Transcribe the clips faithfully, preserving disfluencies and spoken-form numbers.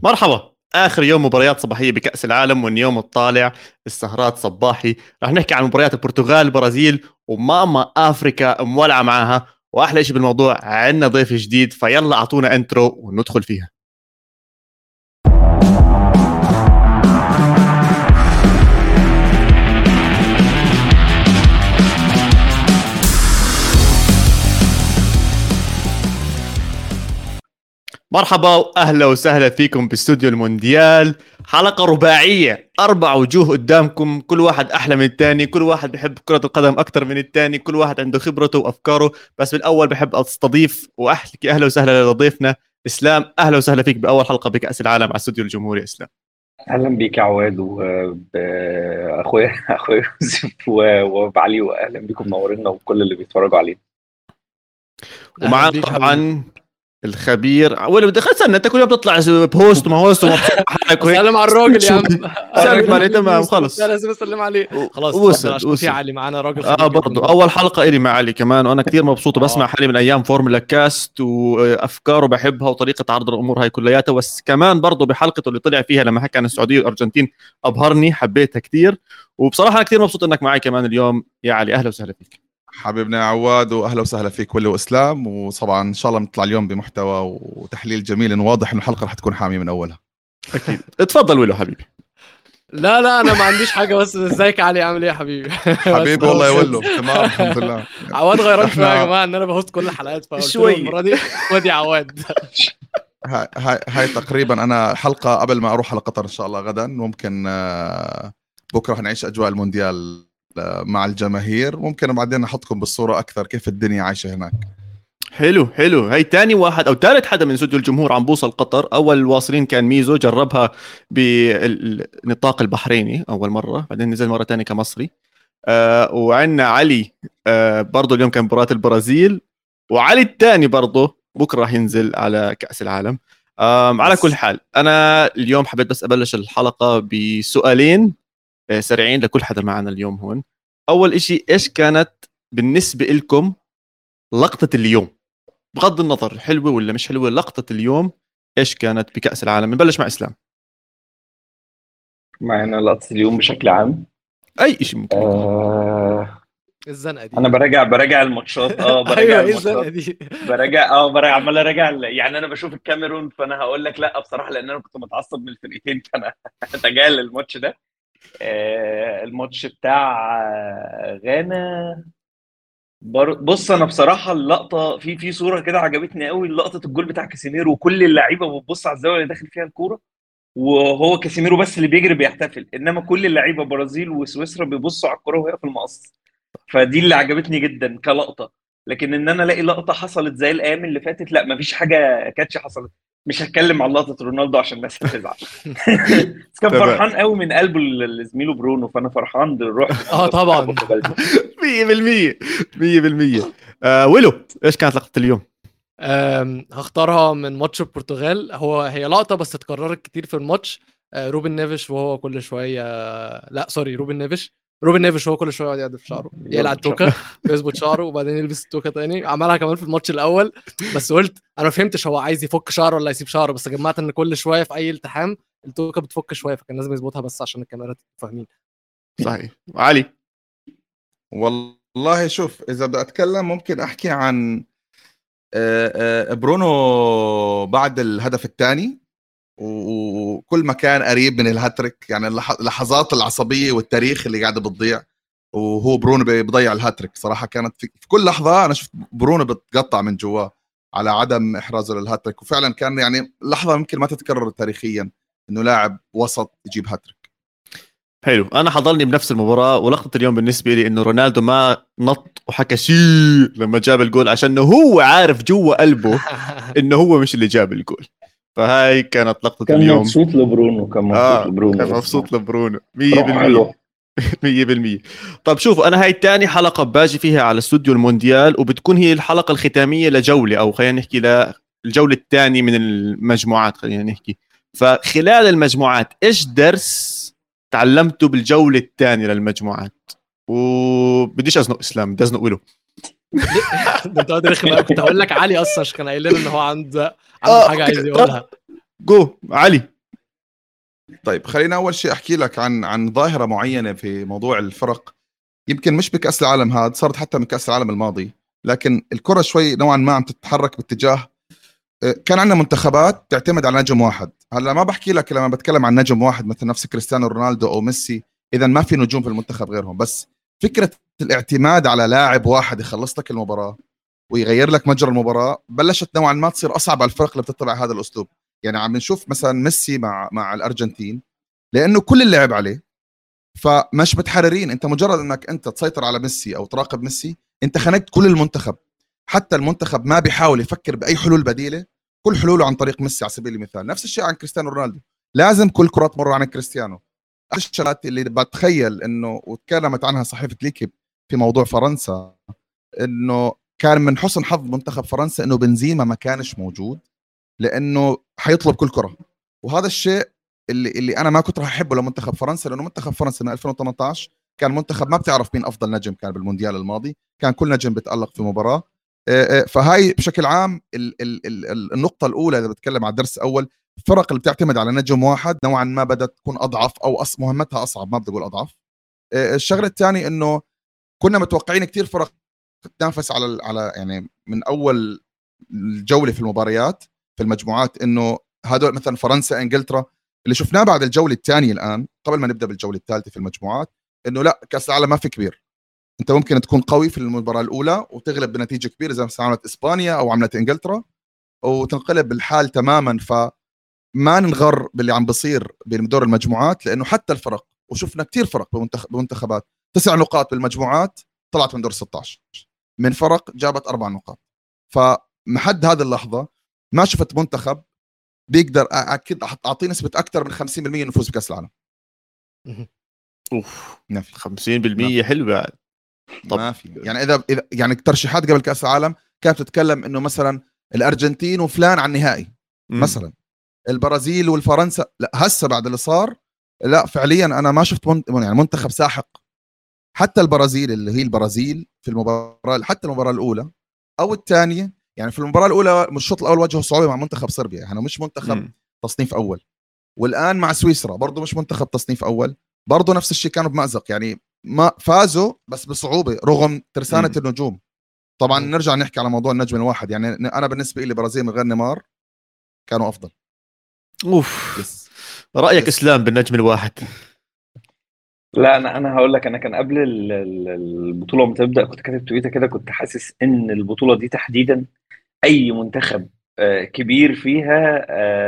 مرحبا. آخر يوم مباريات صباحية بكأس العالم واليوم الطالع السهرات صباحي. رح نحكي عن مباريات البرتغال البرازيل وماما أفريكا مولعة معاها. وأحلى إشي بالموضوع عنا ضيف جديد، فيلا أعطونا انترو وندخل فيها. مرحبا وأهلا وسهلا فيكم باستوديو المونديال. حلقة رباعية، أربع وجوه قدامكم، كل واحد أحلى من الثاني، كل واحد بحب كرة القدم أكتر من الثاني، كل واحد عنده خبرته وأفكاره. بس بالأول بحب أستضيف وأحكي أهلا وسهلا لضيفنا إسلام. أهلا وسهلا فيك بأول حلقة بكأس العالم على استوديو الجمهوري. إسلام اهلا بيك يا عواد واخويا اخويا يوسف وعلي، واهلا بيكم منورينا وكل اللي بيتفرجوا علينا. ومعنا طبعا الخبير. ولا بدي خلصنا انت كل يوم بتطلع بوست ما هوست ومبسوط حالك وهيك. سلام على الراجل يا عم. سلام عليه. تمام خلص لازم اسلم عليه. خلاص وصل عشان في علي معانا راجل اه برضو اول حلقه الي مع علي كمان، وانا كثير مبسوط بسمع حالي من ايام فورمولا كاست وافكاره بحبها وطريقه عرض الامور هاي كلياتها. بس كمان برضو بحلقته اللي طلع فيها لما حكى عن السعوديه والارجنتين ابهرني، حبيتها كثير. وبصراحه انا كثير مبسوط انك معي كمان اليوم يا علي. اهلا وسهلا فيك حبيبنا عواد، واهلا وسهلا فيك ولي واسلام. وطبعا ان شاء الله نطلع اليوم بمحتوى وتحليل جميل، واضح انه الحلقه رح تكون حاميه من اولها. اكيد. اتفضل ولو حبيبي. لا لا انا ما عنديش حاجه، بس ازيك علي؟ عامل ايه يا حبيبي؟ حبيبي والله يولو تمام الحمد لله. عواد غيران شويه يا جماعه ان انا بهوست كل الحلقات، فقلت له المره دي ودي عواد. هاي هاي هاي تقريبا انا حلقه قبل ما اروح على قطر ان شاء الله غدا. ممكن بكره نعيش اجواء المونديال مع الجماهير، ممكن بعدين نحطكم بالصورة أكثر كيف الدنيا عايشة هناك. حلو حلو. هاي تاني واحد أو ثالث حدا من استوديو الجمهور عم بوصل قطر. أول الواصلين كان ميزو، جربها بالنطاق البحريني أول مرة، بعدين نزل مرة تانية كمصري. آه وعنا علي آه برضو اليوم كان مباراة البرازيل، وعلي الثاني برضو بكرة راح ينزل على كأس العالم. آه على كل حال أنا اليوم حبيت بس أبلش الحلقة بسؤالين آه سريعين لكل حدا معنا اليوم هون. أول إشي، إيش كانت بالنسبة لكم لقطة اليوم بغض النظر حلوة ولا مش حلوة؟ لقطة اليوم إيش كانت بكأس العالم؟ نبلش مع إسلام. معنا لقطة اليوم بشكل عام أي إشي ممكن. آه... الزنقة دي أنا براجع براجع الماتشات اه براجع أيوة الماتشات دي براجع اه براجع عمال اراجع يعني. أنا بشوف الكاميرون، فأنا هقول لك لا بصراحة، لأن أنا كنت متعصب من الفرقتين، فأنا هتجاهل الماتش ده. آه... الماتش بتاع غانا. بص انا بصراحه اللقطه في في صوره كده عجبتني قوي، لقطه الجول بتاع كاسيميرو وكل اللعيبه بتبص على الزاويه اللي داخل فيها الكوره، وهو كاسيميرو بس اللي بيجري بيحتفل، انما كل اللعيبه برازيل وسويسرا بيبصوا على الكوره وهي في المقص. فدي اللي عجبتني جدا كلقطه. لكن ان انا الاقي لقطه حصلت زي الايام اللي فاتت، لا مفيش حاجه كاتش حصلت. مش هتكلم عن لقطه رونالدو عشان الناس هتزعل. بس كان فرحان قوي من قلبه لزميله برونو، فانا فرحان بالروح. اه طبعا مية بالمية مية بالمية. آه ولو إيش كانت لقطة اليوم؟ هختارها من ماتش البرتغال. هو هي لقطة بس اتكررت كتير في الماتش. آه روبن نيفيش وهو كل شوية لا سوري روبن نيفيش روبن نيفيش هو كل شوية يقعد يعدل في شعره، يقلع التوكة ويظبط شعره وبعدين يلبس التوكة تاني. عملها كمان في الماتش الأول، بس قلت أنا ما فهمتش هو عايز يفك شعره ولا يسيب شعره، بس جمعت إن كل شوية في أي التحام التوكة بتفك شوية، فكان لازم يظبطها بس عشان الكاميرات فاهمين. صحيح. علي والله شوف، إذا بدي أتكلم ممكن أحكي عن برونو بعد الهدف الثاني، وكل ما كان قريب من الهاتريك، يعني اللحظات العصبية والتاريخ اللي قاعدة بتضيع وهو برونو بيضيع الهاتريك. صراحة كانت في كل لحظة أنا شفت برونو بتقطع من جواه على عدم إحرازه للهاتريك، وفعلا كان يعني لحظة ممكن ما تتكرر تاريخيا إنه لاعب وسط يجيب هاتريك. حلو. أنا حضرني بنفس المباراة، ولقطة اليوم بالنسبة لي إنه رونالدو ما نط وحكى شيء لما جاب الجول، عشان هو عارف جوا قلبه إنه هو مش اللي جاب الجول. فهاي كانت لقطة كان اليوم. مبسوط لبرونو كان مبسوط آه لبرونو كان مبسوط لبرونو مية بالمية مية بالمية. طب شوفوا، أنا هاي تاني حلقة باجي فيها على استوديو المونديال، وبتكون هي الحلقة الختامية لجولة، أو خلينا نحكي للجولة الثانية من المجموعات خلينا نحكي. فخلال المجموعات إيش درس تعلمته بالجولة الثانية للمجموعات؟ وبديش أزنق إسلام، بدي أزنق وله. ده انت قادر رخم. كنت هقول لك علي اصلا كان قايل لنا ان هو عنده عنده حاجه عايز يقولها. جو علي طيب خلينا اول شيء احكي لك عن عن ظاهره معينه في موضوع الفرق، يمكن مش بكاس العالم هذا، صارت حتى من كاس العالم الماضي، لكن الكره شوي نوعا ما عم تتحرك باتجاه كان عندنا منتخبات تعتمد على نجم واحد. هلا ما بحكي لك لما بتكلم عن نجم واحد مثل نفس كريستيانو رونالدو او ميسي اذا ما في نجوم في المنتخب غيرهم، بس فكره الاعتماد على لاعب واحد يخلص لك المباراه ويغير لك مجرى المباراه بلشت نوعا ما تصير اصعب على الفرق اللي بتتبع هذا الاسلوب. يعني عم نشوف مثلا ميسي مع مع الارجنتين لانه كل اللعب عليه، فمش متحررين. انت مجرد انك انت تسيطر على ميسي او تراقب ميسي انت خنقت كل المنتخب، حتى المنتخب ما بيحاول يفكر باي حلول بديله، كل حلوله عن طريق ميسي على سبيل المثال. نفس الشيء عن كريستيانو رونالدو، لازم كل كره تمر عن كريستيانو. الشغلات اللي بتخيل انه وتكلمت عنها صحيفه ليكيب في موضوع فرنسا، انه كان من حسن حظ منتخب فرنسا انه بنزيما ما كانش موجود لانه حيطلب كل كره، وهذا الشيء اللي اللي انا ما كنت راح احبه لمنتخب فرنسا، لانه منتخب فرنسا من ألفين وثمانية عشر كان منتخب ما بتعرف مين افضل نجم كان بالمونديال الماضي، كان كل نجم بتالق في مباراه. فهاي بشكل عام ال ال ال النقطه الاولى اذا بتكلم على درس اول، الفرق اللي بتعتمد على نجم واحد نوعا ما بدات تكون اضعف او أص مهمتها اصعب، ما بدي اقول اضعف. الشغله الثانيه انه كنا متوقعين كثير فرق تنافس على على يعني من اول الجوله في المباريات في المجموعات، انه هذول مثلا فرنسا انجلترا اللي شفناه بعد الجوله الثانيه الان قبل ما نبدا بالجوله الثالثه في المجموعات، انه لا كاس العالم ما في كبير، انت ممكن تكون قوي في المباراه الاولى وتغلب بنتيجه كبيره زي ما عملت اسبانيا او عملت انجلترا وتنقلب الحال تماما. فما ننغر باللي عم بصير بدور المجموعات، لانه حتى الفرق وشفنا كثير فرق بمنتخبات تسع نقاط بالمجموعات طلعت من دور ستة عشر، من فرق جابت اربع نقاط. فمحد هذه اللحظه ما شفت منتخب بيقدر اكيد اعطيه نسبه اكثر من خمسين بالمية نفوز بكاس العالم. اوف نفي خمسين بالمية حلو بعد. طب ما في يعني اذا اذا يعني ترشيحات قبل كاس العالم كانت تتكلم انه مثلا الارجنتين وفلان على النهائي م. مثلا البرازيل والفرنسا، لا هسه بعد اللي صار لا فعليا انا ما شفت من يعني منتخب ساحق. حتى البرازيل اللي هي البرازيل في المباراه حتى المباراه الاولى او الثانيه، يعني في المباراه الاولى الشوط الاول واجهوا صعوبه مع منتخب صربيا، يعني مش منتخب م. تصنيف اول، والان مع سويسرا برضه مش منتخب تصنيف اول، برضه نفس الشيء كانوا بمأزق، يعني ما فازوا بس بصعوبه رغم ترسانه م. النجوم. طبعا م. نرجع نحكي على موضوع النجم الواحد، يعني انا بالنسبه لي البرازيل من غير نيمار كانوا افضل. اوف يس. رايك يس. اسلام بالنجم الواحد؟ لا انا انا هقول لك، انا كان قبل البطوله ما تبدا كنت كاتب تويته كده، كنت حاسس ان البطوله دي تحديدا اي منتخب كبير فيها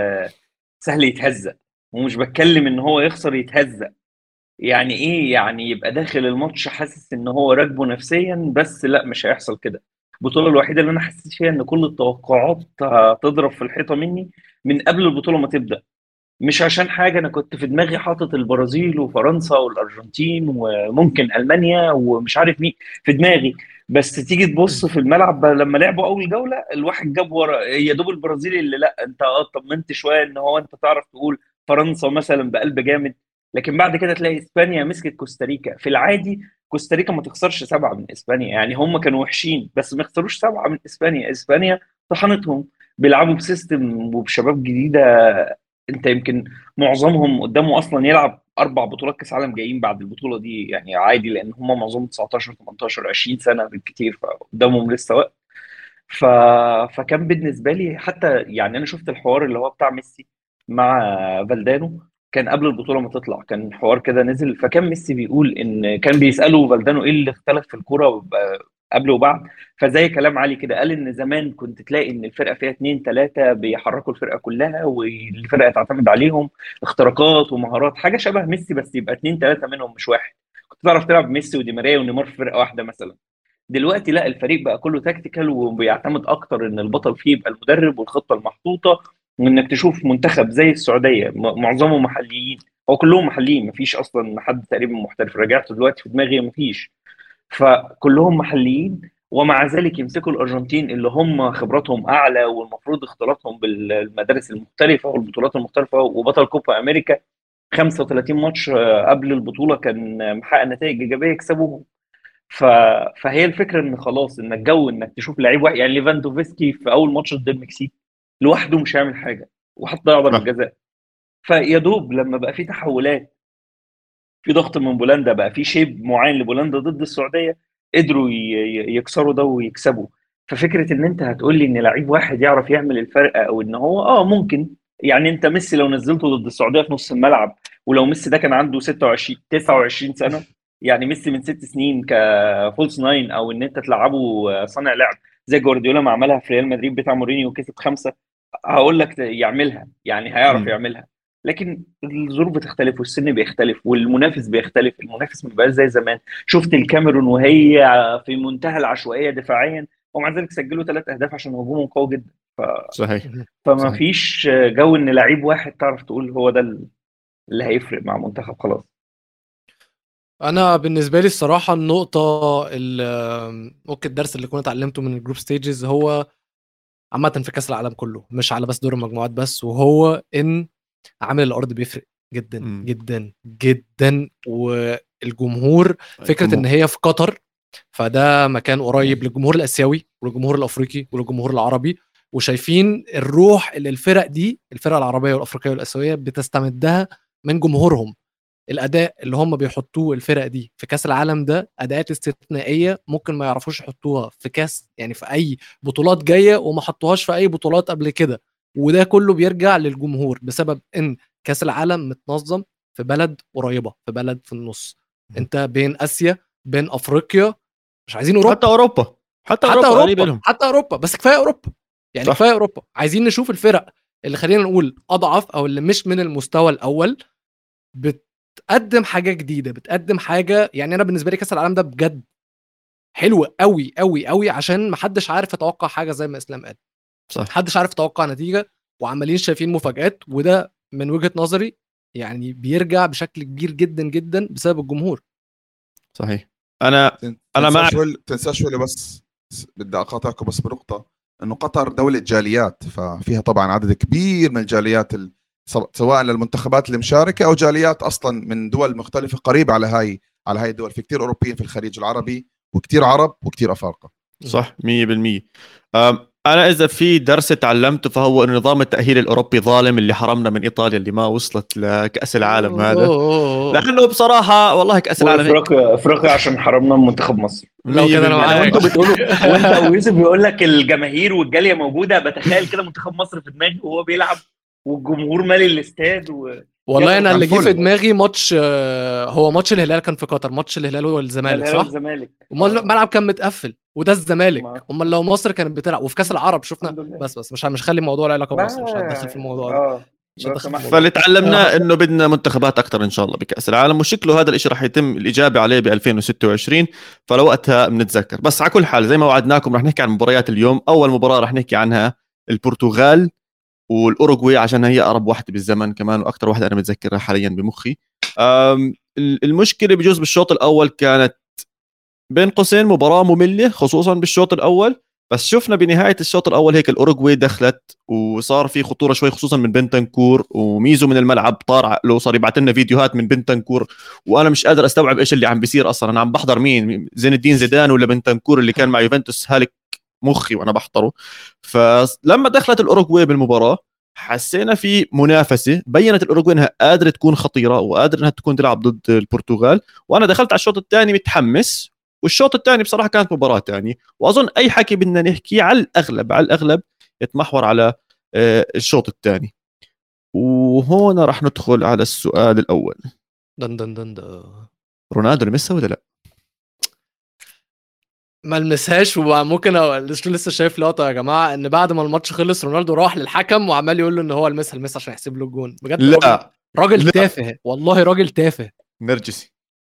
سهل يتهزق، ومش بتكلم ان هو يخسر، يتهزق. يعني ايه؟ يعني يبقى داخل الماتش حاسس ان هو راكبه نفسيا، بس لا مش هيحصل كده. البطوله الوحيده اللي انا حسيت فيها ان كل التوقعات هتضرب في الحيطه مني من قبل البطوله ما تبدا. مش عشان حاجه، انا كنت في دماغي حاطط البرازيل وفرنسا والارجنتين وممكن المانيا ومش عارف مين في دماغي، بس تيجي تبص في الملعب لما لعبوا اول جوله الواحد جاب ورا يا دوب البرازيل اللي لا انت اه طمنت شويه ان هو انت تعرف تقول فرنسا مثلا بقلب جامد، لكن بعد كده تلاقي اسبانيا مسكت كوستاريكا. في العادي كوستاريكا ما تخسرش سبعه من اسبانيا، يعني هم كانوا وحشين بس ما يخسروش سبعه من اسبانيا. اسبانيا طحنتهم، بيلعبوا بسيستم وبشباب جديده. انت يمكن معظمهم قدامه اصلا يلعب اربع بطولات كاس عالم جايين بعد البطوله دي، يعني عادي لان هم معظمهم تسعتاشر تمنتاشر عشرين سنه بالكثير، فقدامهم لسه وقت. ف... فكان بالنسبه لي حتى يعني انا شفت الحوار اللي هو بتاع ميسي مع فالدانو كان قبل البطوله ما تطلع، كان حوار كده نزل، فكان ميسي بيقول ان كان بيساله فالدانو ايه اللي اختلف في الكوره قبل وبعد، فزي كلام علي كده قال ان زمان كنت تلاقي ان الفرقه فيها اتنين تلاته بيحركوا الفرقه كلها والفرقه تعتمد عليهم اختراقات ومهارات، حاجه شبه ميسي بس يبقى اتنين تلاته منهم مش واحد، كنت تعرف تلعب ميسي ودي ماريا ونيمار في فرقه واحده مثلا. دلوقتي لا، الفريق بقى كله تكتيكال وبيعتمد اكتر ان البطل فيه يبقى المدرب والخطه المحطوطه، وانك تشوف منتخب زي السعوديه معظمه محليين، هو كلهم محليين، مفيش اصلا حد تقريبا محترف، رجعت دلوقتي في دماغي مفيش، فكلهم محليين ومع ذلك يمسكوا الارجنتين اللي هم خبراتهم اعلى والمفروض اختلاطهم بالمدارس المختلفه والبطولات المختلفه، وبطل كوبا امريكا خمسة وتلاتين ماتش قبل البطوله كان محقق نتائج ايجابيه يكسبوهم. ف... فهي الفكره ان خلاص ان الجو انك تشوف لعيب واحد، يعني ليفاندوفسكي في اول ماتش ضد المكسيك لوحده مش هيعمل حاجه وحتى ضيع ضربه جزاء، فيا دوب لما بقى في تحولات، في ضغط من بولندا، بقى في شيب معين لبولندا ضد السعوديه، قدروا ي- ي- يكسروا ده ويكسبوا. ففكره ان انت هتقول لي ان لعيب واحد يعرف يعمل الفرق، او ان هو اه ممكن، يعني انت ميسي لو نزلته ضد السعوديه في نص الملعب، ولو ميسي ده كان عنده ستة وعشرين تسعة وعشرين سنه، يعني ميسي من ست سنين كفولس ناين، او ان انت تلعبه صانع لعب زي جوارديولا ما عملها في ريال مدريد بتاع مورينيو وكسب خمسه، هقول لك يعملها، يعني هيعرف مم. يعملها. لكن الظروف بتختلف والسن بيختلف والمنافس بيختلف، المنافس ما بقاش زي زمان. شفت الكاميرون وهي في منتهى العشوائيه دفاعيا، ومع ذلك سجلوا ثلاث اهداف عشان هجومهم قوي جدا. ف... صحيح. فما صحيح. فيش جو ان لعيب واحد تعرف تقول هو ده اللي هيفرق مع منتخب خلاص. انا بالنسبه لي الصراحه النقطه اللي ممكن الدرس اللي كنا اتعلمته من الجروب ستيجز هو عامه في كاس العالم كله، مش على بس دور المجموعات بس، وهو ان عامل الارض بيفرق جدا مم. جدا جدا. والجمهور فكره ان هي في قطر، فده مكان قريب للجمهور الاسيوي والجمهور الافريقي والجمهور العربي، وشايفين الروح اللي الفرق دي، الفرق العربيه والافريقيه والاسيويه بتستمدها من جمهورهم. الاداء اللي هم بيحطوه الفرق دي في كاس العالم ده اداءات استثنائيه ممكن ما يعرفوش يحطوها في كاس، يعني في اي بطولات جايه وما حطوهاش في اي بطولات قبل كده. وده كله بيرجع للجمهور بسبب ان كاس العالم متنظم في بلد قريبه، في بلد في النص. انت بين اسيا، بين افريقيا، مش عايزين اوروبا، حتى اوروبا حتى, حتى اوروبا قريب اوروبا لهم. حتى اوروبا بس كفايه اوروبا، يعني صح. كفايه اوروبا. عايزين نشوف الفرق اللي خلينا نقول اضعف او اللي مش من المستوى الاول بتقدم حاجه جديده، بتقدم حاجه. يعني انا بالنسبه لي كاس العالم ده بجد حلو قوي قوي قوي، عشان محدش عارف يتوقع حاجه زي ما اسلام قال، صح. محدش عارف يتوقع نتيجه، وعمالين شايفين مفاجآت. وده من وجهه نظري يعني بيرجع بشكل كبير جدا جدا بسبب الجمهور. صحيح. انا انا معك. تنساش ولا تنساش ولا بس بدي اقاطعكم بس بنقطه، انه قطر دوله جاليات، ففيها طبعا عدد كبير من الجاليات ال... سواء للمنتخبات المشاركه او جاليات اصلا من دول مختلفه قريبه على هاي على هاي الدول. في كتير اوروبيين في الخليج العربي، وكتير عرب، وكتير افارقه. صح مية بالمية. انا اذا في درس تعلمته فهو ان نظام التاهيل الاوروبي ظالم، اللي حرمنا من ايطاليا اللي ما وصلت لكاس العالم هذا، لانه بصراحه والله كاس العالم هيك وافريقيا افريقيا عشان حرمنا من منتخب مصر. لو كده انا مية بالمية. معاك. وانتوا بتقولوا وانت ويوسف بيقول لك الجماهير والجاليه موجوده، بتخيل كده منتخب مصر في دماغي وهو بيلعب والجمهور مالي الاستاد و... والله انا كان اللي جه فل. في دماغي ماتش، آه، هو ماتش الهلال كان في قطر، ماتش الهلال والزمالك الهلال صح؟ والزمالك. الملعب كان متقفل وده ما- الزمالك. امال لو مصر كانت بتلعب وفي كاس العرب شفنا، الحمد لله. بس بس مش مش هخلي الموضوع له علاقه ما بمصر، مش هتدخل في الموضوع ده، اه مش لو هتدخل في سمحت. الموضوع فاللي ده. تعلمناه انه بدنا منتخبات اكثر ان شاء الله بكاس العالم، وشكله هذا الاشي راح يتم الاجابه عليه ب ألفين وستة وعشرين، فلوقتها بنتذكر. بس على كل حال زي ما وعدناكم راح نحكي عن مباريات اليوم. اول مباراه راح نحكي عنها البرتغال والاوروغواي، عشان هي اقرب واحده بالزمن كمان واكثر واحده انا متذكرها حاليا بمخي. أم، المشكله بجوز بالشوط الاول كانت بين قوسين مباراه ممله خصوصا بالشوط الاول، بس شفنا بنهايه الشوط الاول هيك الاوروغواي دخلت وصار في خطوره شوي خصوصا من بنتنكور، وميزو من الملعب طار عقله، صار يبعث لنا فيديوهات من بنتنكور وانا مش قادر استوعب ايش اللي عم بيصير اصلا. انا عم بحضر مين، زين الدين زيدان ولا بنتنكور اللي كان مع يوفنتوس هالك مخي وانا بحضره. فلما دخلت الاوروغواي بالمباراه حسينا في منافسه، بينت الاوروغواي انها قادره تكون خطيره وقادره انها تكون تلعب ضد البرتغال. وانا دخلت على الشوط الثاني متحمس، والشوط الثاني بصراحه كانت مباراه ثانيه، واظن اي حكي بدنا نحكي على الاغلب على الاغلب يتمحور على الشوط الثاني. وهون راح ندخل على السؤال الاول. دن دن دن دن. رونالدو لمسها ولا لا؟ ما لمسهاش. وممكن لسه لسه شايف لقطه يا جماعه ان بعد ما الماتش خلص رونالدو راح للحكم وعمال يقول له ان هو لمسها لمسها عشان يحسب له الجون. بجد راجل لا راجل لا. تافه، والله راجل تافه. نرجسي.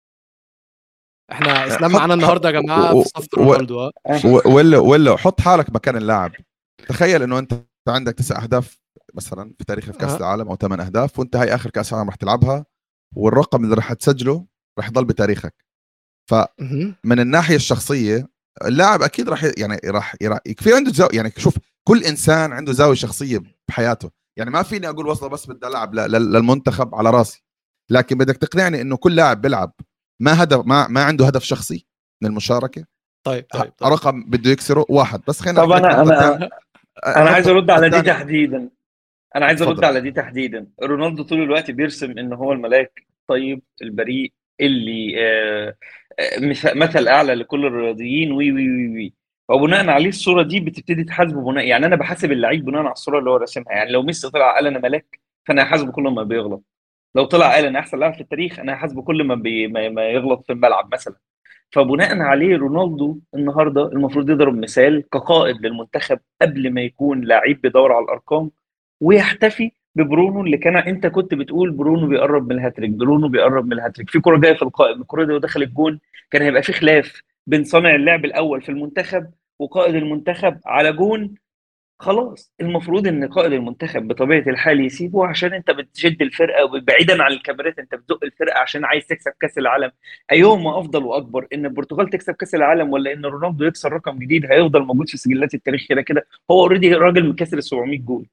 احنا اسلام معانا النهارده يا جماعه في صف رونالدو. ها ولا ولا حط حالك مكان اللاعب. تخيل انه انت عندك تسع اهداف مثلا في تاريخ في كاس أه. العالم او ثمان اهداف، وانت هاي اخر كاس العالم رح تلعبها، والرقم اللي رح تسجله رح يضل بتاريخك. فمن الناحيه الشخصيه اللاعب اكيد رح يعني رح يكفي عنده زاوية. يعني شوف كل انسان عنده زاويه شخصيه بحياته، يعني ما فيني اقول وصله بس بدي العب للمنتخب على راسي، لكن بدك تقنعني انه كل لاعب بيلعب ما هدف ما ما عنده هدف شخصي من المشاركه. طيب طيب, طيب. رقم بده يكسره واحد بس. خلينا طب انا انا انا عايز ارد على دي تحديدا. انا عايز ارد اتفضل. على دي تحديدا. رونالدو طول الوقت بيرسم ان هو الملاك الطيب البريء اللي آه، آه، مث- مثل اعلى لكل الرياضيين وي وي وي وي وبناء عليه الصوره دي بتبتدي تحاسبه بناء. يعني انا بحاسب اللعيب بناء على الصوره اللي هو راسمها. يعني لو ميسي طلع قال انا ملاك، فانا هحاسبه كل ما بيغلط. لو طلع قال انا احسن لاعب في التاريخ، انا هحاسبه كل ما, بي... ما ما يغلط في الملعب مثلا. فبناء عليه رونالدو النهارده المفروض يضرب مثال كقائد للمنتخب قبل ما يكون لعيب بيدور على الارقام، ويحتفي ببرونو اللي كان انت كنت بتقول برونو بيقرب من الهاتريك، برونو بيقرب من الهاتريك في كرة جايه في القائم. الكرة دي لو دخل الجون كان هيبقى في خلاف بين صانع اللعب الاول في المنتخب وقائد المنتخب على جون. خلاص المفروض ان قائد المنتخب بطبيعه الحال يسيبه، عشان انت بتشد الفرقه وبعيدا عن الكاميرات انت بتزق الفرقه عشان عايز تكسب كاس العالم. ايهما افضل واكبر، ان البرتغال تكسب كاس العالم ولا ان رونالدو يكسر رقم جديد هيفضل موجود في سجلات التاريخ كده كده؟ هو اوريدي راجل مكسر ال سبعمية جول.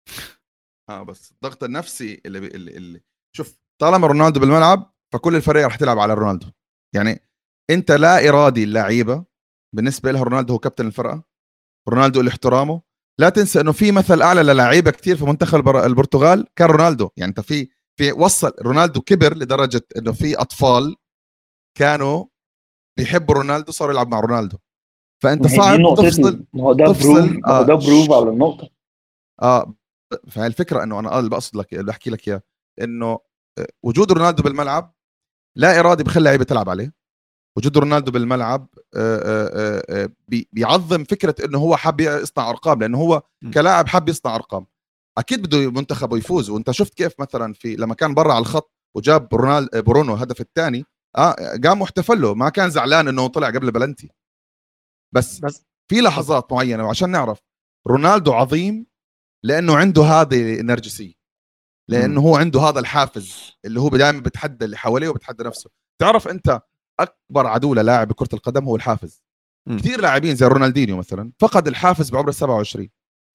اه بس الضغط النفسي اللي, بي... اللي, اللي شوف، طالما رونالدو بالملعب فكل الفريق راح تلعب على رونالدو. يعني انت لا ارادي اللعيبه بالنسبه لها رونالدو هو كابتن الفرقه، رونالدو اللي احترامه. لا تنسى انه في مثل اعلى للاعيبه كتير في منتخب البر- البرتغال كان رونالدو. يعني انت في في وصل رونالدو كبر لدرجه انه في اطفال كانوا بيحبوا رونالدو صاروا يلعب مع رونالدو. فانت ما هي دي صعب نقطتي، تفصل ما هو ده بروف، تفصل ما هو اه ده بروف ش- على النقطه. اه فالفكره انه انا اللي بقصد لك اللي بحكي لك اياه انه آه، وجود رونالدو بالملعب لا ارادي بخلي لعيبه تلعب عليه. وجود رونالدو بالملعب آه، آه، آه، بي- بيعظم فكره انه هو حاب يصنع ارقام، لانه هو م. كلاعب حاب يصنع ارقام. اكيد بده منتخبه يفوز. وانت شفت كيف مثلا في لما كان برا على الخط وجاب رونالدو برونو هدف الثاني، اه قام واحتفل له، ما كان زعلان انه طلع قبل بلنتي. بس بس في لحظات معينه، وعشان نعرف رونالدو عظيم لانه عنده هذه النرجسيه، لانه هو عنده هذا الحافز اللي هو دائما بتحدى اللي حواليه وبتحدى نفسه. تعرف انت اكبر عدو للاعب كره القدم هو الحافز. م. كثير لاعبين زي رونالدينيو مثلا فقد الحافز بعمر سبعة وعشرين،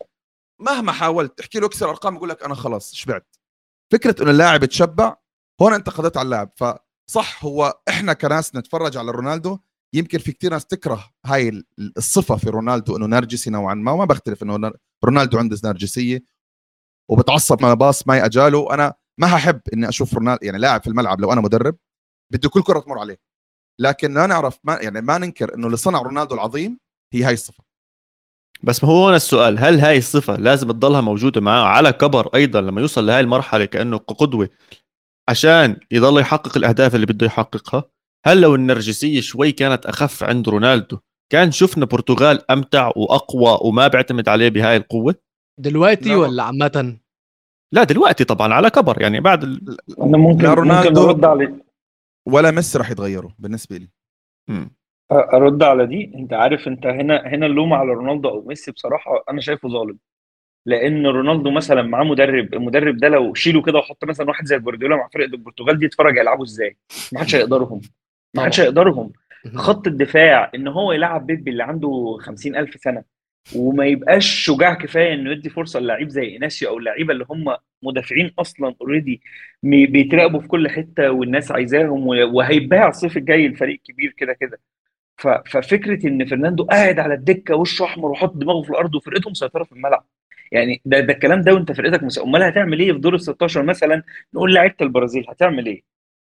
مهما حاولت تحكي له اكسر ارقام يقول لك انا خلاص شبعت. فكره انه اللاعب يتشبع، هون انت قضيت على اللاعب. فصح هو احنا كناس نتفرج على رونالدو يمكن في كثير ناس تكره هاي الصفه في رونالدو انه نرجسي نوعا ما، وما بختلف انه رونالدو عنده نرجسيه وبتعصب ما باص ما اجاله. انا ما هحب اني اشوف رونالدو يعني لاعب في الملعب لو انا مدرب بده كل كره تمر عليه. لكن لا نعرف ما يعني ما ننكر انه اللي صنع رونالدو العظيم هي هاي الصفه. بس ما هو هنا السؤال، هل هاي الصفة لازم تضلها موجودة معاه على كبر أيضا لما يوصل لهاي المرحلة كأنه قدوة عشان يضل يحقق الأهداف اللي بده يحققها؟ هل لو النرجسية شوي كانت أخف عند رونالدو كان شفنا برتغال أمتع وأقوى وما بيعتمد عليه بهاي القوة؟ دلوقتي لا ر... ولا عامة؟ لا دلوقتي طبعا على كبر، يعني بعد ال... انا لا ممكن ممكن رونالدو ارد على ولا ميسي راح يتغيروا بالنسبه لي. مم. ارد على دي. انت عارف، انت هنا هنا اللوم على رونالدو او ميسي بصراحه انا شايفه ظالم. لان رونالدو مثلا معاه مدرب، المدرب ده لو شيله كده وحط مثلا واحد زي جوارديولا مع فرقه البرتغال دي، اتفرج هيلعبوا ازاي؟ ما حدش هيقدرهم، ما حدش طبعا. هيقدرهم. مهم. خط الدفاع ان هو يلعب بيبي اللي عنده خمسين ألف سنه وما يبقاش شجاع كفايه انه يدي فرصه للعيب زي ايناسيو او اللعيبه اللي هم مدافعين اصلا اوريدي بيتراقبوا في كل حته والناس عايزاهم، وهيتباع الصيف الجاي الفريق كبير كده كده. ف- ففكره ان فرناندو قاعد على الدكه وشه احمر وحط دماغه في الارض وفرقته مسيطره في الملعب، يعني ده ده الكلام ده وانت فرقتك مس... امال هتعمل ايه في دور ال ستاشر مثلا؟ نقول لعيبه البرازيل هتعمل ايه؟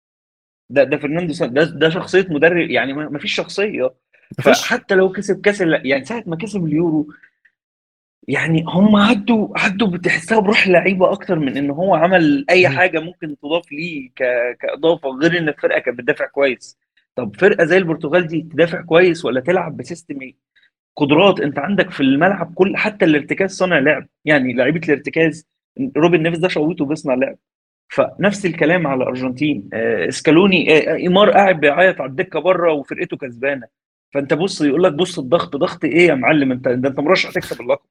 ده ده فرناندو س- ده ده شخصيه مدرب، يعني ما فيش شخصيه. ما فيش. فحتى لو كسب كاس ال- يعني ساعه ما كسب اليورو، يعني هم عدوا عدوا بتحسها بروح لعيبه اكتر من ان هو عمل اي مهم. حاجه ممكن تضاف ليه ك... كاضافه، غير ان الفرقه كانت بتدافع كويس. طب فرقه زي البرتغال دي تدافع كويس ولا تلعب بسيستم ايه؟ قدرات انت عندك في الملعب كل، حتى الارتكاز صانع لعب، يعني لعيبه الارتكاز. روبن نيفيز ده شويته بيصنع لعب. فنفس الكلام على الارجنتين، آه، اسكالوني، آه، ايمار قاعد بيعيط على الدكه بره وفرقته كسبانه. فانت بص يقول لك بص الضغط، ضغط ايه يا معلم؟ انت ده انت مرشح تكسب اللقب.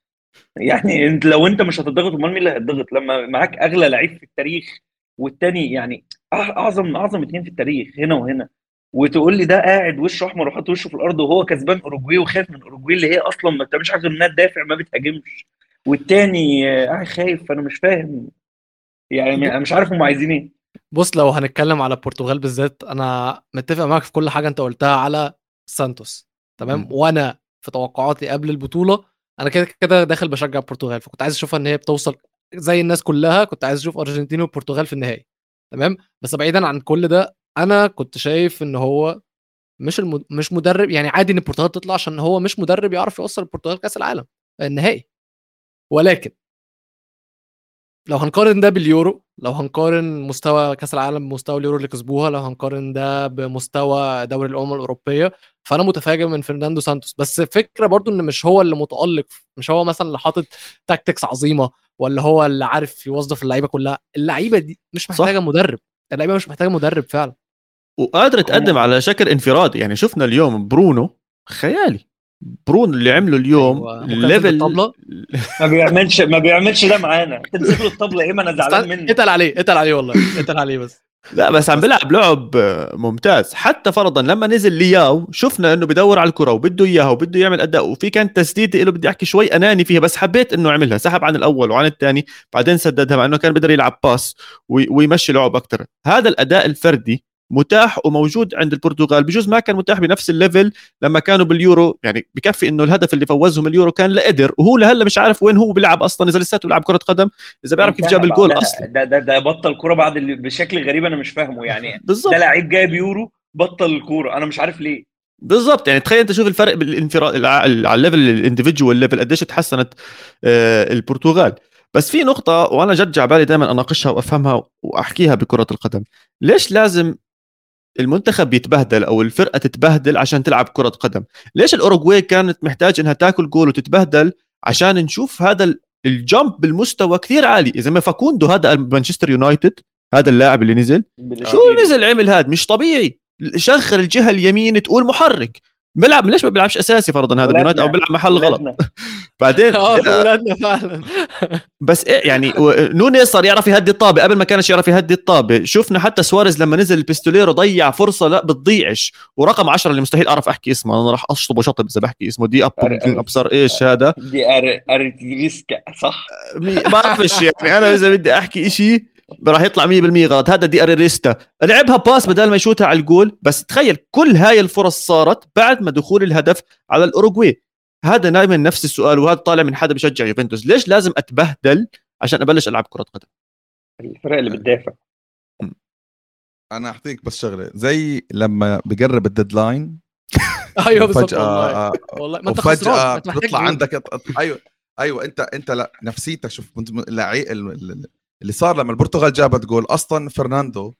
يعني انت لو انت مش هتضغط امال مين اللي هيتضغط لما معاك اغلى لعيب في التاريخ والتاني يعني أع- اعظم اعظم اتنين في التاريخ هنا وهنا، وتقول لي ده قاعد وشه احمر وحاطط وشه في الارض وهو كسبان اوروجواي وخايف من اوروجواي اللي هي اصلا ما بتعملش حاجه غير انها تدافع ما بتهاجمش، والتاني آه، قاعد خايف. فانا مش فاهم، يعني ب- انا مش عارف هم عايزين ايه. بص، لو هنتكلم على البرتغال بالذات انا متفق معاك في كل حاجه انت قلتها على سانتوس. تمام. مم. وانا في توقعاتي قبل البطوله انا كده كده داخل بشجع البرتغال، فكنت عايز اشوفها ان هي بتوصل زي الناس كلها كنت عايز اشوف ارجنتين والبرتغال في النهائي تمام. بس بعيدا عن كل ده انا كنت شايف ان هو مش المد... مش مدرب، يعني عادي ان البرتغال تطلع عشان هو مش مدرب يعرف يوصل البرتغال كاس العالم النهائي. ولكن لو هنقارن ده باليورو، لو هنقارن مستوى كاس العالم بمستوى اليورو اللي كسبوها، لو هنقارن ده بمستوى دوري الامم الاوروبيه، فانا متفاجئ من فرناندو سانتوس. بس الفكره برضو ان مش هو اللي متالق، مش هو مثلا اللي حاطط تاكتكس عظيمه، ولا هو اللي عارف يوظف اللعيبه كلها. اللعيبه دي مش محتاجه مدرب، اللعيبه مش محتاجه مدرب فعلا، وقادر تقدم على شكل انفرادي. يعني شفنا اليوم برونو خيالي، برونو اللي عمله اليوم أيوة، مكافئ ليفل بالطبلة. ما بيعملش ما بيعملش ده معانا. تمسك له الطبله ايه؟ ما انا زعلان منه. اتقل عليه اتقل عليه والله اتقل عليه بس لا بس عم بيلعب لعب ممتاز. حتى فرضا لما نزل لياو شفنا انه بدور على الكره وبده اياها وبده يعمل اداء، وفي كانت تسديده له بدي احكي شوي اناني فيها، بس حبيت انه عملها، سحب عن الاول وعن الثاني بعدين سددها، مع انه كان بيقدر يلعب باس ويمشي لعب اكثر. هذا الاداء الفردي متاح وموجود عند البرتغال، بجوز ما كان متاح بنفس الليفل لما كانوا باليورو. يعني بكفي انه الهدف اللي فوزهم اليورو كان لقدر، وهو لهلا مش عارف وين هو بيلعب اصلا، اذا لساته بيلعب كره قدم، اذا بيعرف كيف جاب الجول اصلا. ده ده ده بطل كوره بعد اللي بشكل غريب انا مش فاهمه يعني. بالزبط. ده لعيب جايب يورو بطل الكوره، انا مش عارف ليه. بالضبط. يعني تخيل انت شوف الفرق بالانفراد على الليفل الانديفيدوال ليفل قديش تحسنت البرتغال. بس في نقطة وانا جد على بالي دائما اناقشها وافهمها واحكيها بكرة القدم، ليش لازم المنتخب يتبهدل او الفرقة تتبهدل عشان تلعب كرة قدم؟ ليش الاوروغواي كانت محتاج انها تاكل جول وتتبهدل عشان نشوف هذا الجمب بالمستوى كثير عالي؟ اذا ما فاكوندو هذا مانشستر يونايتد، هذا اللاعب اللي نزل شو نزل عمل هذا مش طبيعي. شغل الجهه اليمين تقول محرك بلعب، ليش ما بيلعبش اساسي فرضا هذا اليونايتد او بيلعب محل غلط؟ بعدين اه ولادنا فعلا. بس إيه يعني نونيز صار يعرف يهدي الطابه، قبل ما كانش يعرف يهدي الطابه. شفنا حتى سواريز لما نزل البيستوليرو ضيع فرصه لا بتضيعش. ورقم عشرة اللي مستحيل اعرف احكي اسمه، انا راح اشطب وشطب اذا بحكي اسمه، دي ابصر ايش هذا، دي اريتريسكا صح؟ ما بعرفش يعني. انا اذا بدي احكي إشي راح يطلع مية بالمية غلط. هذا دي اريستا لعبها باس بدل ما يشوتها على الجول. بس تخيل كل هاي الفرص صارت بعد ما دخول الهدف على الاوروغواي. هذا دائما نفس السؤال، وهذا طالع من حدا بشجع يوفنتوس، ليش لازم اتبهدل عشان ابلش العب كرة قدم؟ الفرق اللي بتدافع. انا احكيك بس شغله، زي لما بقرب الديدلاين ايوه بالظبط فجأة والله والله ما انت وفجأة خسران انت محتاج تطلع جول. عندك ايوه ايوه انت انت لا نفسيتك. شوف اللعي... اللي صار لما البرتغال جابت جول، اصلا فرناندو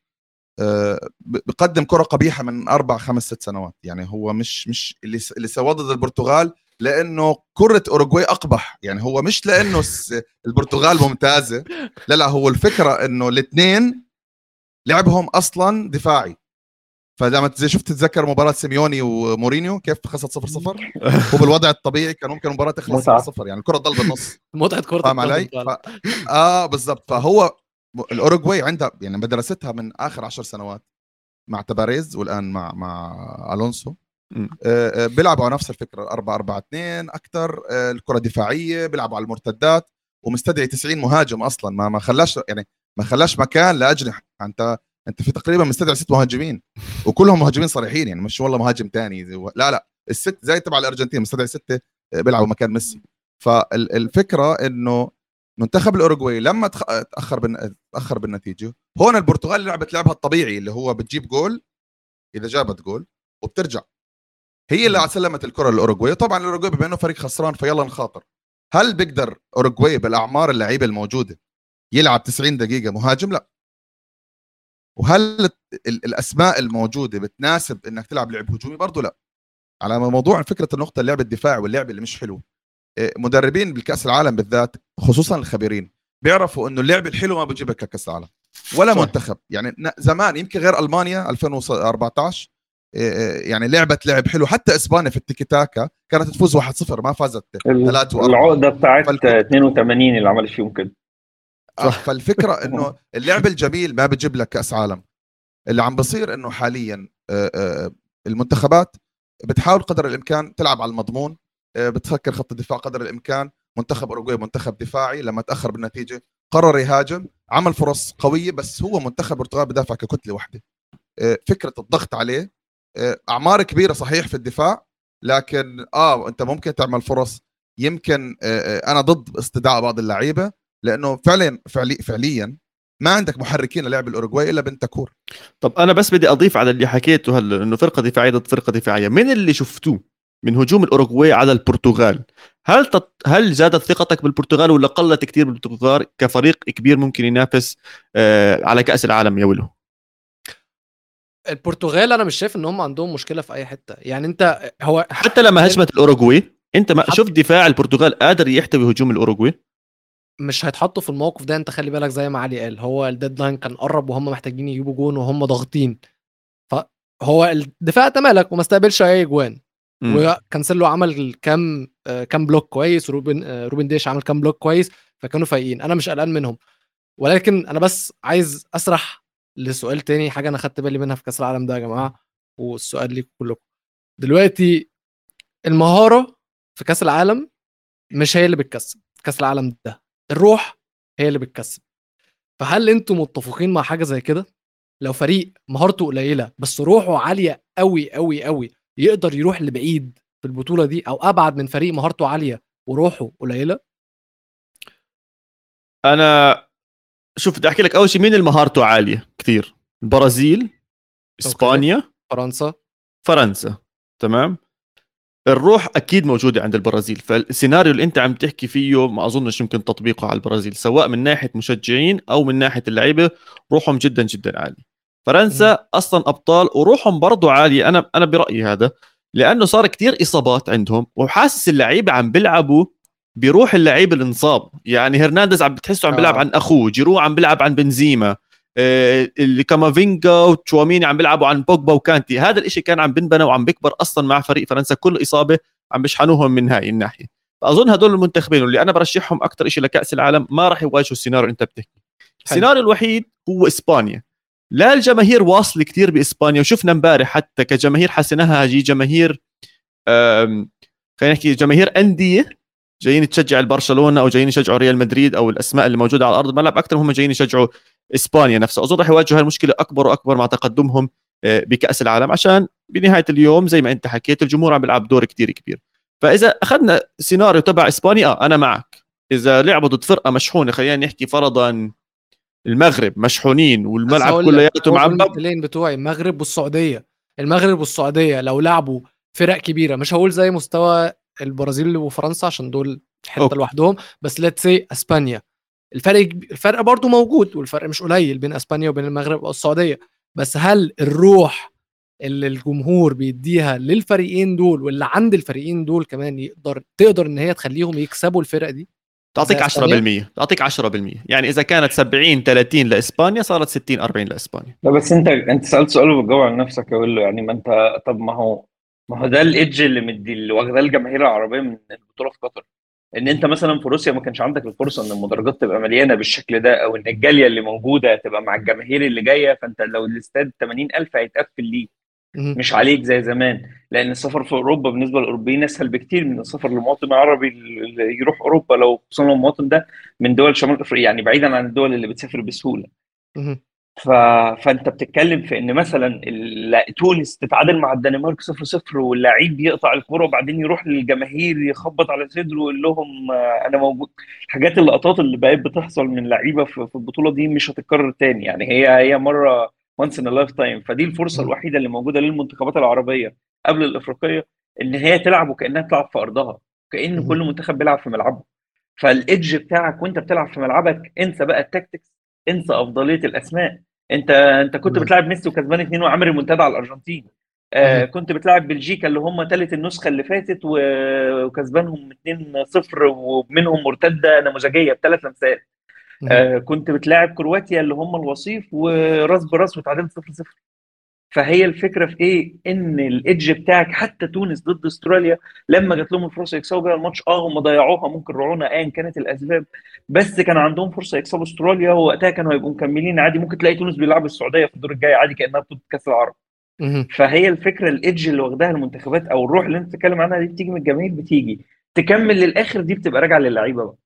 بقدم كرة قبيحة من أربع خمس ست سنوات. يعني هو مش مش اللي اللي سوى ضد البرتغال لأنه كرة أوروغواي أقبح، يعني هو مش لأنه البرتغال ممتازة، لا لا هو الفكرة إنه الاثنين لعبهم أصلا دفاعي. فلما زي شفت تتذكر مباراة سيميوني ومورينيو كيف خلصت صفر صفر، هو بالوضع الطبيعي كان ممكن المباراة تخلص صفر صفر، يعني الكرة تضل بالنص. متعة كرة فاهم علي؟ ف... اه بالضبط. فهو الاوروغواي عندها يعني مدرستها من اخر عشر سنوات مع تباريز والان مع مع الونسو، آه بيلعبوا على نفس الفكره أربعة أربعة اثنين اكثر، آه الكره دفاعيه، بيلعبوا على المرتدات، ومستدعي تسعين مهاجم اصلا، ما ما خلاش يعني ما خلاش مكان لاجنحه. انت انت في تقريبا مستدعي ست مهاجمين وكلهم مهاجمين صريحين، يعني مش والله مهاجم تاني، لا لا الست زي تبع الارجنتين مستدعي سته بيلعبوا مكان ميسي. فالفكره انه منتخب الاوروغواي لما تاخر بالن... تاخر بالنتيجه، هون البرتغال لعبت لعبها الطبيعي اللي هو بتجيب جول اذا جابت جول وبترجع، هي اللي سلمت الكره للاوروغواي. طبعا الاوروغواي بما انه فريق خسران فيلا نخاطر. هل بيقدر اوروغواي بالاعمار اللعيبه الموجوده يلعب تسعين دقيقه مهاجم؟ لا. وهل الاسماء الموجوده بتناسب انك تلعب لعب هجومي؟ برضه لا. على موضوع فكره النقطه اللعب الدفاعي واللعب اللي مش حلو، مدربين بالكاس العالم بالذات خصوصا الخبيرين بيعرفوا انه اللعب الحلو ما بيجيبك كاس العالم ولا صح. منتخب يعني زمان يمكن غير المانيا ألفين وأربعتاشر يعني لعبت لعب حلو، حتى اسبانيا في التيكي تاكا كانت تفوز واحد صفر ما فازت ثلاثة وأربعة. العقده بتاعت فالك... اثنين وثمانين اللي عملت فيهم كده. فالفكره انه اللعب الجميل ما بيجيب لك كاس عالم. اللي عم بصير انه حاليا المنتخبات بتحاول قدر الامكان تلعب على المضمون، بتفكر خط الدفاع قدر الامكان. منتخب اوروغواي منتخب دفاعي، لما تاخر بالنتيجه قرر يهاجم، عمل فرص قويه، بس هو منتخب البرتغال بدافع ككتله واحده. فكره الضغط عليه، اعمار كبيره صحيح في الدفاع، لكن اه انت ممكن تعمل فرص. يمكن انا ضد استدعاء بعض اللعيبه، لانه فعليا فعلي فعليا ما عندك محركين للعب الاوروغواي الا بنتاكور. طب انا بس بدي اضيف على اللي حكيته هلا انه فرقه دفاعيه ضد فرقه دفاعيه، من اللي شفتوه من هجوم الاوروغواي على البرتغال، هل تط... هل زادت ثقتك بالبرتغال ولا قلت كثير بالبرتغال كفريق كبير ممكن ينافس آه على كأس العالم يا ولو؟ البرتغال انا مش شايف ان هم عندهم مشكله في اي حته، يعني انت هو حتى لما هجمت الاوروغواي انت ما حتى- شفت دفاع البرتغال قادر يحتوي هجوم الاوروغواي؟ مش هيتحطوا في الموقف ده. انت خلي بالك زي ما علي قال، هو الديدلاين كان قرب وهم محتاجين يجيبوا جون وهم ضاغطين، فهو الدفاع تمالك وما استقبلش اي جوان. مم. وكانسيلو عمل كام آه، كام بلوك كويس، وروبن آه، روبن ديش عمل كام بلوك كويس، فكانوا فايقين. انا مش قلقان منهم، ولكن انا بس عايز اسرح لسؤال تاني، حاجه انا خدت بالي منها في كاس العالم ده يا جماعه، والسؤال ليكم كلكم دلوقتي. المهاره في كاس العالم مش هي اللي بتكسب كاس العالم ده، الروح هي اللي بتكسب. فهل انتم متفقين مع حاجه زي كده؟ لو فريق مهارته قليله بس روحه عاليه قوي قوي قوي، يقدر يروح لبعيد في البطوله دي، او ابعد من فريق مهارته عاليه وروحه قليله؟ انا شوف بدي احكي لك اول شيء مين المهارته عاليه كثير. البرازيل، اسبانيا، فرنسا، فرنسا. تمام. الروح اكيد موجوده عند البرازيل، فالسيناريو اللي انت عم تحكي فيه ما اظنش يمكن تطبيقه على البرازيل، سواء من ناحيه مشجعين او من ناحيه اللعيبه. روحهم جدا جدا عالي. فرنسا مم. اصلا ابطال وروحهم برضو عاليه. انا انا برايي هذا لانه صار كتير اصابات عندهم، وحاسس اللعيبه عم بيلعبوا بيروح اللعيب اللي انصاب. يعني هرنانديز عم بتحسه عم بيلعب آه. عن اخوه، جيرو عم بيلعب عن بنزيما، آه، اللي كامافينجا وتشواميني عم بيلعبوا عن بوجبا وكانتي. هذا الاشي كان عم بنبنى وعم بيكبر اصلا مع فريق فرنسا. كل اصابه عم بيشحنوهم من هاي الناحيه. فاظن هدول المنتخبين اللي انا برشحهم اكثر شيء لكاس العالم ما راح يواجهوا السيناريو اللي انت بتحكي. السيناريو الوحيد هو اسبانيا. لا الجماهير واصله كثير باسبانيا، وشفنا امبارح حتى كجماهير حسناها هي جماهير خلينا نحكي جماهير انديه جايين تشجع البرشلونه او جايين يشجعوا ريال مدريد او الاسماء اللي موجوده على ارض الملعب اكثر هم جايين يشجعوا اسبانيا نفسها. اظن راح يواجهوا هالمشكله اكبر واكبر مع تقدمهم بكاس العالم، عشان بنهايه اليوم زي ما انت حكيت الجمهور عم بيلعب دور كتير كبير. فاذا اخذنا سيناريو تبع اسبانيا اه انا معك. اذا لعبوا ضد فرقه مشحونه، خلينا نحكي فرضا المغرب مشحونين والملعب كلياته معبب، المثالين بتوعي المغرب والسعوديه. المغرب والسعوديه لو لعبوا فرق كبيره، مش هقول زي مستوى البرازيل وفرنسا عشان دول حته أوكي. لوحدهم، بس ليتس سي اسبانيا، الفرق الفرق برضو موجود، والفرق مش قليل بين اسبانيا وبين المغرب والسعوديه. بس هل الروح اللي الجمهور بيديها للفريقين دول واللي عند الفريقين دول كمان يقدر تقدر ان هي تخليهم يكسبوا الفرق دي؟ تعطيك عشرة بالمية تعطيك عشرة بالمية يعني اذا كانت سبعين ثلاثين لاسبانيا صارت ستين أربعين لاسبانيا. لا بس انت انت سالت سؤال وبتجاوب على نفسك، اقول له يعني ما انت طب ما هو ما هو ده الايدج اللي مدي اللي واخداه الجماهير العربيه من البطوله في قطر. ان انت مثلا في روسيا ما كانش عندك الفرصه ان المدرجات تبقى مليانه بالشكل ده، او ان الجاليه اللي موجوده تبقى مع الجماهير اللي جايه، فانت لو الاستاد ثمانين ألف هيتقفل ليك مهم. مش عليك زي زمان. لان السفر في اوروبا بالنسبه للاوروبيين اسهل بكتير من السفر لمواطن عربي اللي يروح اوروبا، لو خصوصا لو المواطن ده من دول شمال افريقيا، يعني بعيدا عن الدول اللي بتسافر بسهوله. مهم. ف... فانت بتتكلم في ان مثلا ال- تونس تتعادل مع الدنمارك صفر صفر، واللاعب يقطع الكوره وبعدين يروح للجماهير يخبط على صدره ويقول لهم آه، انا موجود. الحاجات اللقطات اللي بقت بتحصل من لعيبه في في البطوله دي مش هتتكرر تاني، يعني هي هي مره وانس ان لايف تايم. فدي الفرصه مهم. الوحيده اللي موجوده للمنتخبات العربيه قبل الافريقيه، ان هي تلعب وكانها بتلعب في ارضها، كأن كل مهم. منتخب بيلعب في ملعبه. فالايدج بتاعك وانت بتلعب في ملعبك، انسى بقى التاكتكس، انسى افضليه الاسماء. انت انت كنت تمام. بتلعب ميسي وكسبان اتنين وعامل ريمونتادا على الارجنتين. آه مهم. كنت بتلعب بلجيكا اللي هم ثالث النسخه اللي فاتت و- وكسبانهم اتنين صفر، ومنهم مرتده نموذجيه بثلاث لمسات. مهم. آه كنت بتلاعب كرواتيا اللي هم الوصيف وراس براس وتعادلت صفر صفر. فهي الفكره في ايه؟ ان الايدج بتاعك حتى تونس ضد استراليا لما جات لهم الفرصه يكسبوا بيها الماتش، اه هم ضيعوها ممكن رعونه ايا كانت الاسباب، بس كان عندهم فرصه يكسبوا استراليا، ووقتها كانوا هيبقوا مكملين عادي. ممكن تلاقي تونس بيلعب السعوديه في الدور الجاي عادي كانها بطوله كاس العرب. مهم. فهي الفكره الايدج اللي واخداها المنتخبات او الروح اللي انت بتتكلم عنها دي بتيجي من الجماهير، بتيجي تكمل للاخر، دي بتبقى راجعه للعيبه بقى.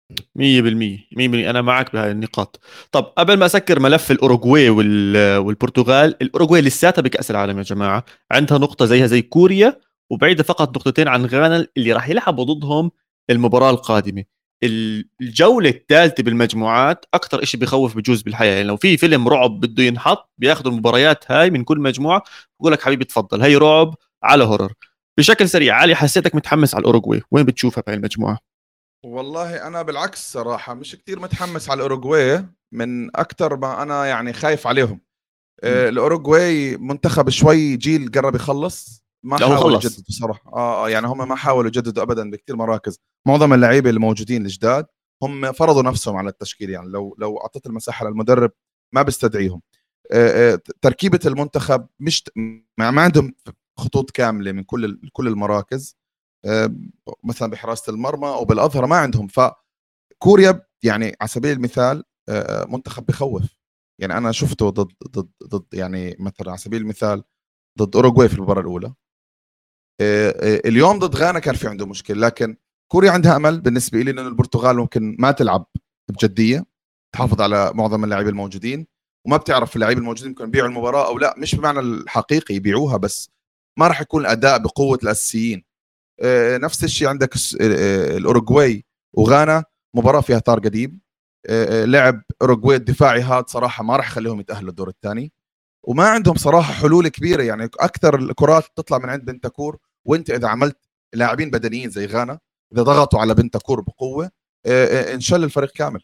مية بالمية مية بالمية أنا معك بهاي النقاط. طب قبل ما أسكر ملف الأوروغواي وال- والبرتغال، الأوروغواي لساتها بكأس العالم يا جماعة، عندها نقطة زيها زي كوريا، وبعيدة فقط نقطتين عن غانا اللي راح يلعبوا ضدهم المباراة القادمة. الجوله الثالثه بالمجموعات اكثر شيء بيخوف بجوز بالحياه. يعني لو في فيلم رعب بده ينحط بياخذوا المباريات هاي من كل مجموعه بقول لك حبيبي تفضل هي رعب على هورر. بشكل سريع علي، حسيتك متحمس على الاوروغواي، وين بتشوفها بهاي المجموعه؟ والله انا بالعكس صراحه مش كتير متحمس على الاوروغواي، من اكثر ما انا يعني خايف عليهم. آه الاوروغواي منتخب شوي جيل قرب يخلص، ما حاولوا يجددوا بصراحه. اه يعني هم ما حاولوا يجددوا ابدا بكثير مراكز. معظم اللعيبه الموجودين الجداد هم فرضوا نفسهم على التشكيل، يعني لو لو اعطيت المساحه للمدرب ما بيستدعيهم. آه آه تركيبه المنتخب مش ما عندهم خطوط كامله من كل كل المراكز. آه مثلا بحراسه المرمى او بالاظهره ما عندهم. فكوريا يعني على سبيل المثال آه منتخب بخوف. يعني انا شفته ضد ضد ضد يعني مثلا على سبيل المثال ضد اوروغواي في المباراه الاولى. اليوم ضد غانا كان في عنده مشكله، لكن كوريا عندها امل بالنسبه لي، لان البرتغال ممكن ما تلعب بجديه، تحافظ على معظم اللاعبين الموجودين، وما بتعرف اللاعبين الموجودين ممكن يبيعوا المباراه او لا. مش بمعنى الحقيقي يبيعوها، بس ما راح يكون الاداء بقوه الاساسيين. نفس الشيء عندك الاوروغواي وغانا، مباراه فيها طار قديم. لعب اوروغواي الدفاعي هذا صراحه ما راح يخليهم يتاهلوا الدور الثاني، وما عندهم صراحه حلول كبيره. يعني اكثر الكرات تطلع من عند بنتاكور، وانت اذا عملت لاعبين بدنيين زي غانا اذا ضغطوا على بنتاكور بقوه انشل الفريق كامل.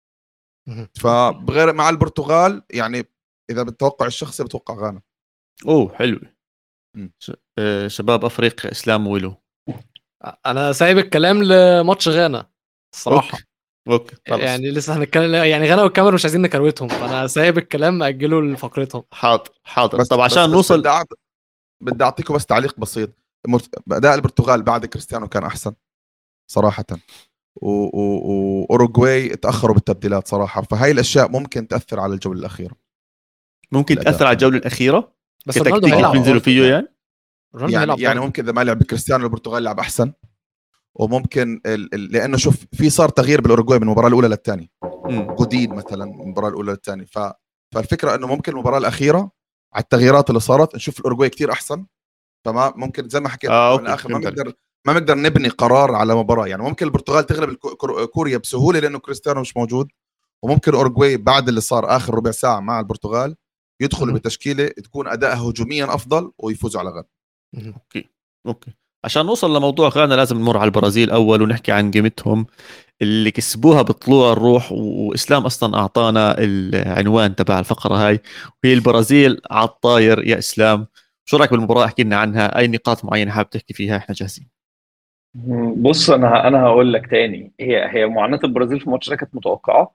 فبغير مع البرتغال يعني اذا بتتوقع الشخصي بتوقع غانا. اوه حلو. شباب افريقيا اسلام ويلو، انا سايب الكلام لماتش غانا الصراحه. اوكي خلص. يعني لسه هنتكلم، يعني غانا والكاميرون مش عايزين نكروتهم، فانا سايب الكلام ماجله لفقرتهم. حاضر حاضر. بس طب عشان بس نوصل بدي أعط... بدي اعطيكم بس تعليق بسيط. اداء البرتغال بعد كريستيانو كان احسن صراحه، واوروغواي تاخروا بالتبديلات صراحه. فهاي الاشياء ممكن تاثر على الجوله الاخيره، ممكن تاثر على الجوله الاخيره. بس رونالدو هيلعب بينزلوا فيه يعني يعني, يعني ممكن اذا ما لعب بكريستيانو البرتغال لعب احسن. وممكن ال... ال... لانه شوف في صار تغيير بالاوروغواي من المباراه الاولى للثانيه، جديد مثلا من المباراه الاولى للثانيه. ف... فالفكره انه ممكن المباراه الاخيره على التغييرات اللي صارت نشوف الاوروغواي كتير احسن. فما ممكن زي ما حكيت آه من الاخر ما بنقدر ما بنقدر نبني قرار على مباراه. يعني ممكن البرتغال تغلب كوريا بسهوله لانه كريستيانو مش موجود، وممكن اورجواي بعد اللي صار اخر ربع ساعه مع البرتغال يدخلوا بتشكيله تكون ادائها هجوميا افضل ويفوزوا على غانا. اوكي اوكي. عشان نوصل لموضوع غانا لازم نمر على البرازيل اول ونحكي عن قيمتهم اللي كسبوها بطلوع الروح. واسلام اصلا اعطانا العنوان تبع الفقره هاي، وهي البرازيل على الطاير. يا اسلام شو رايك بالمباراه؟ احكي لنا عنها، اي نقاط معينه حابب تحكي فيها؟ احنا جاهزين. بص انا انا هقول لك تاني، هي هي معاناه البرازيل في الماتش ده كانت متوقعه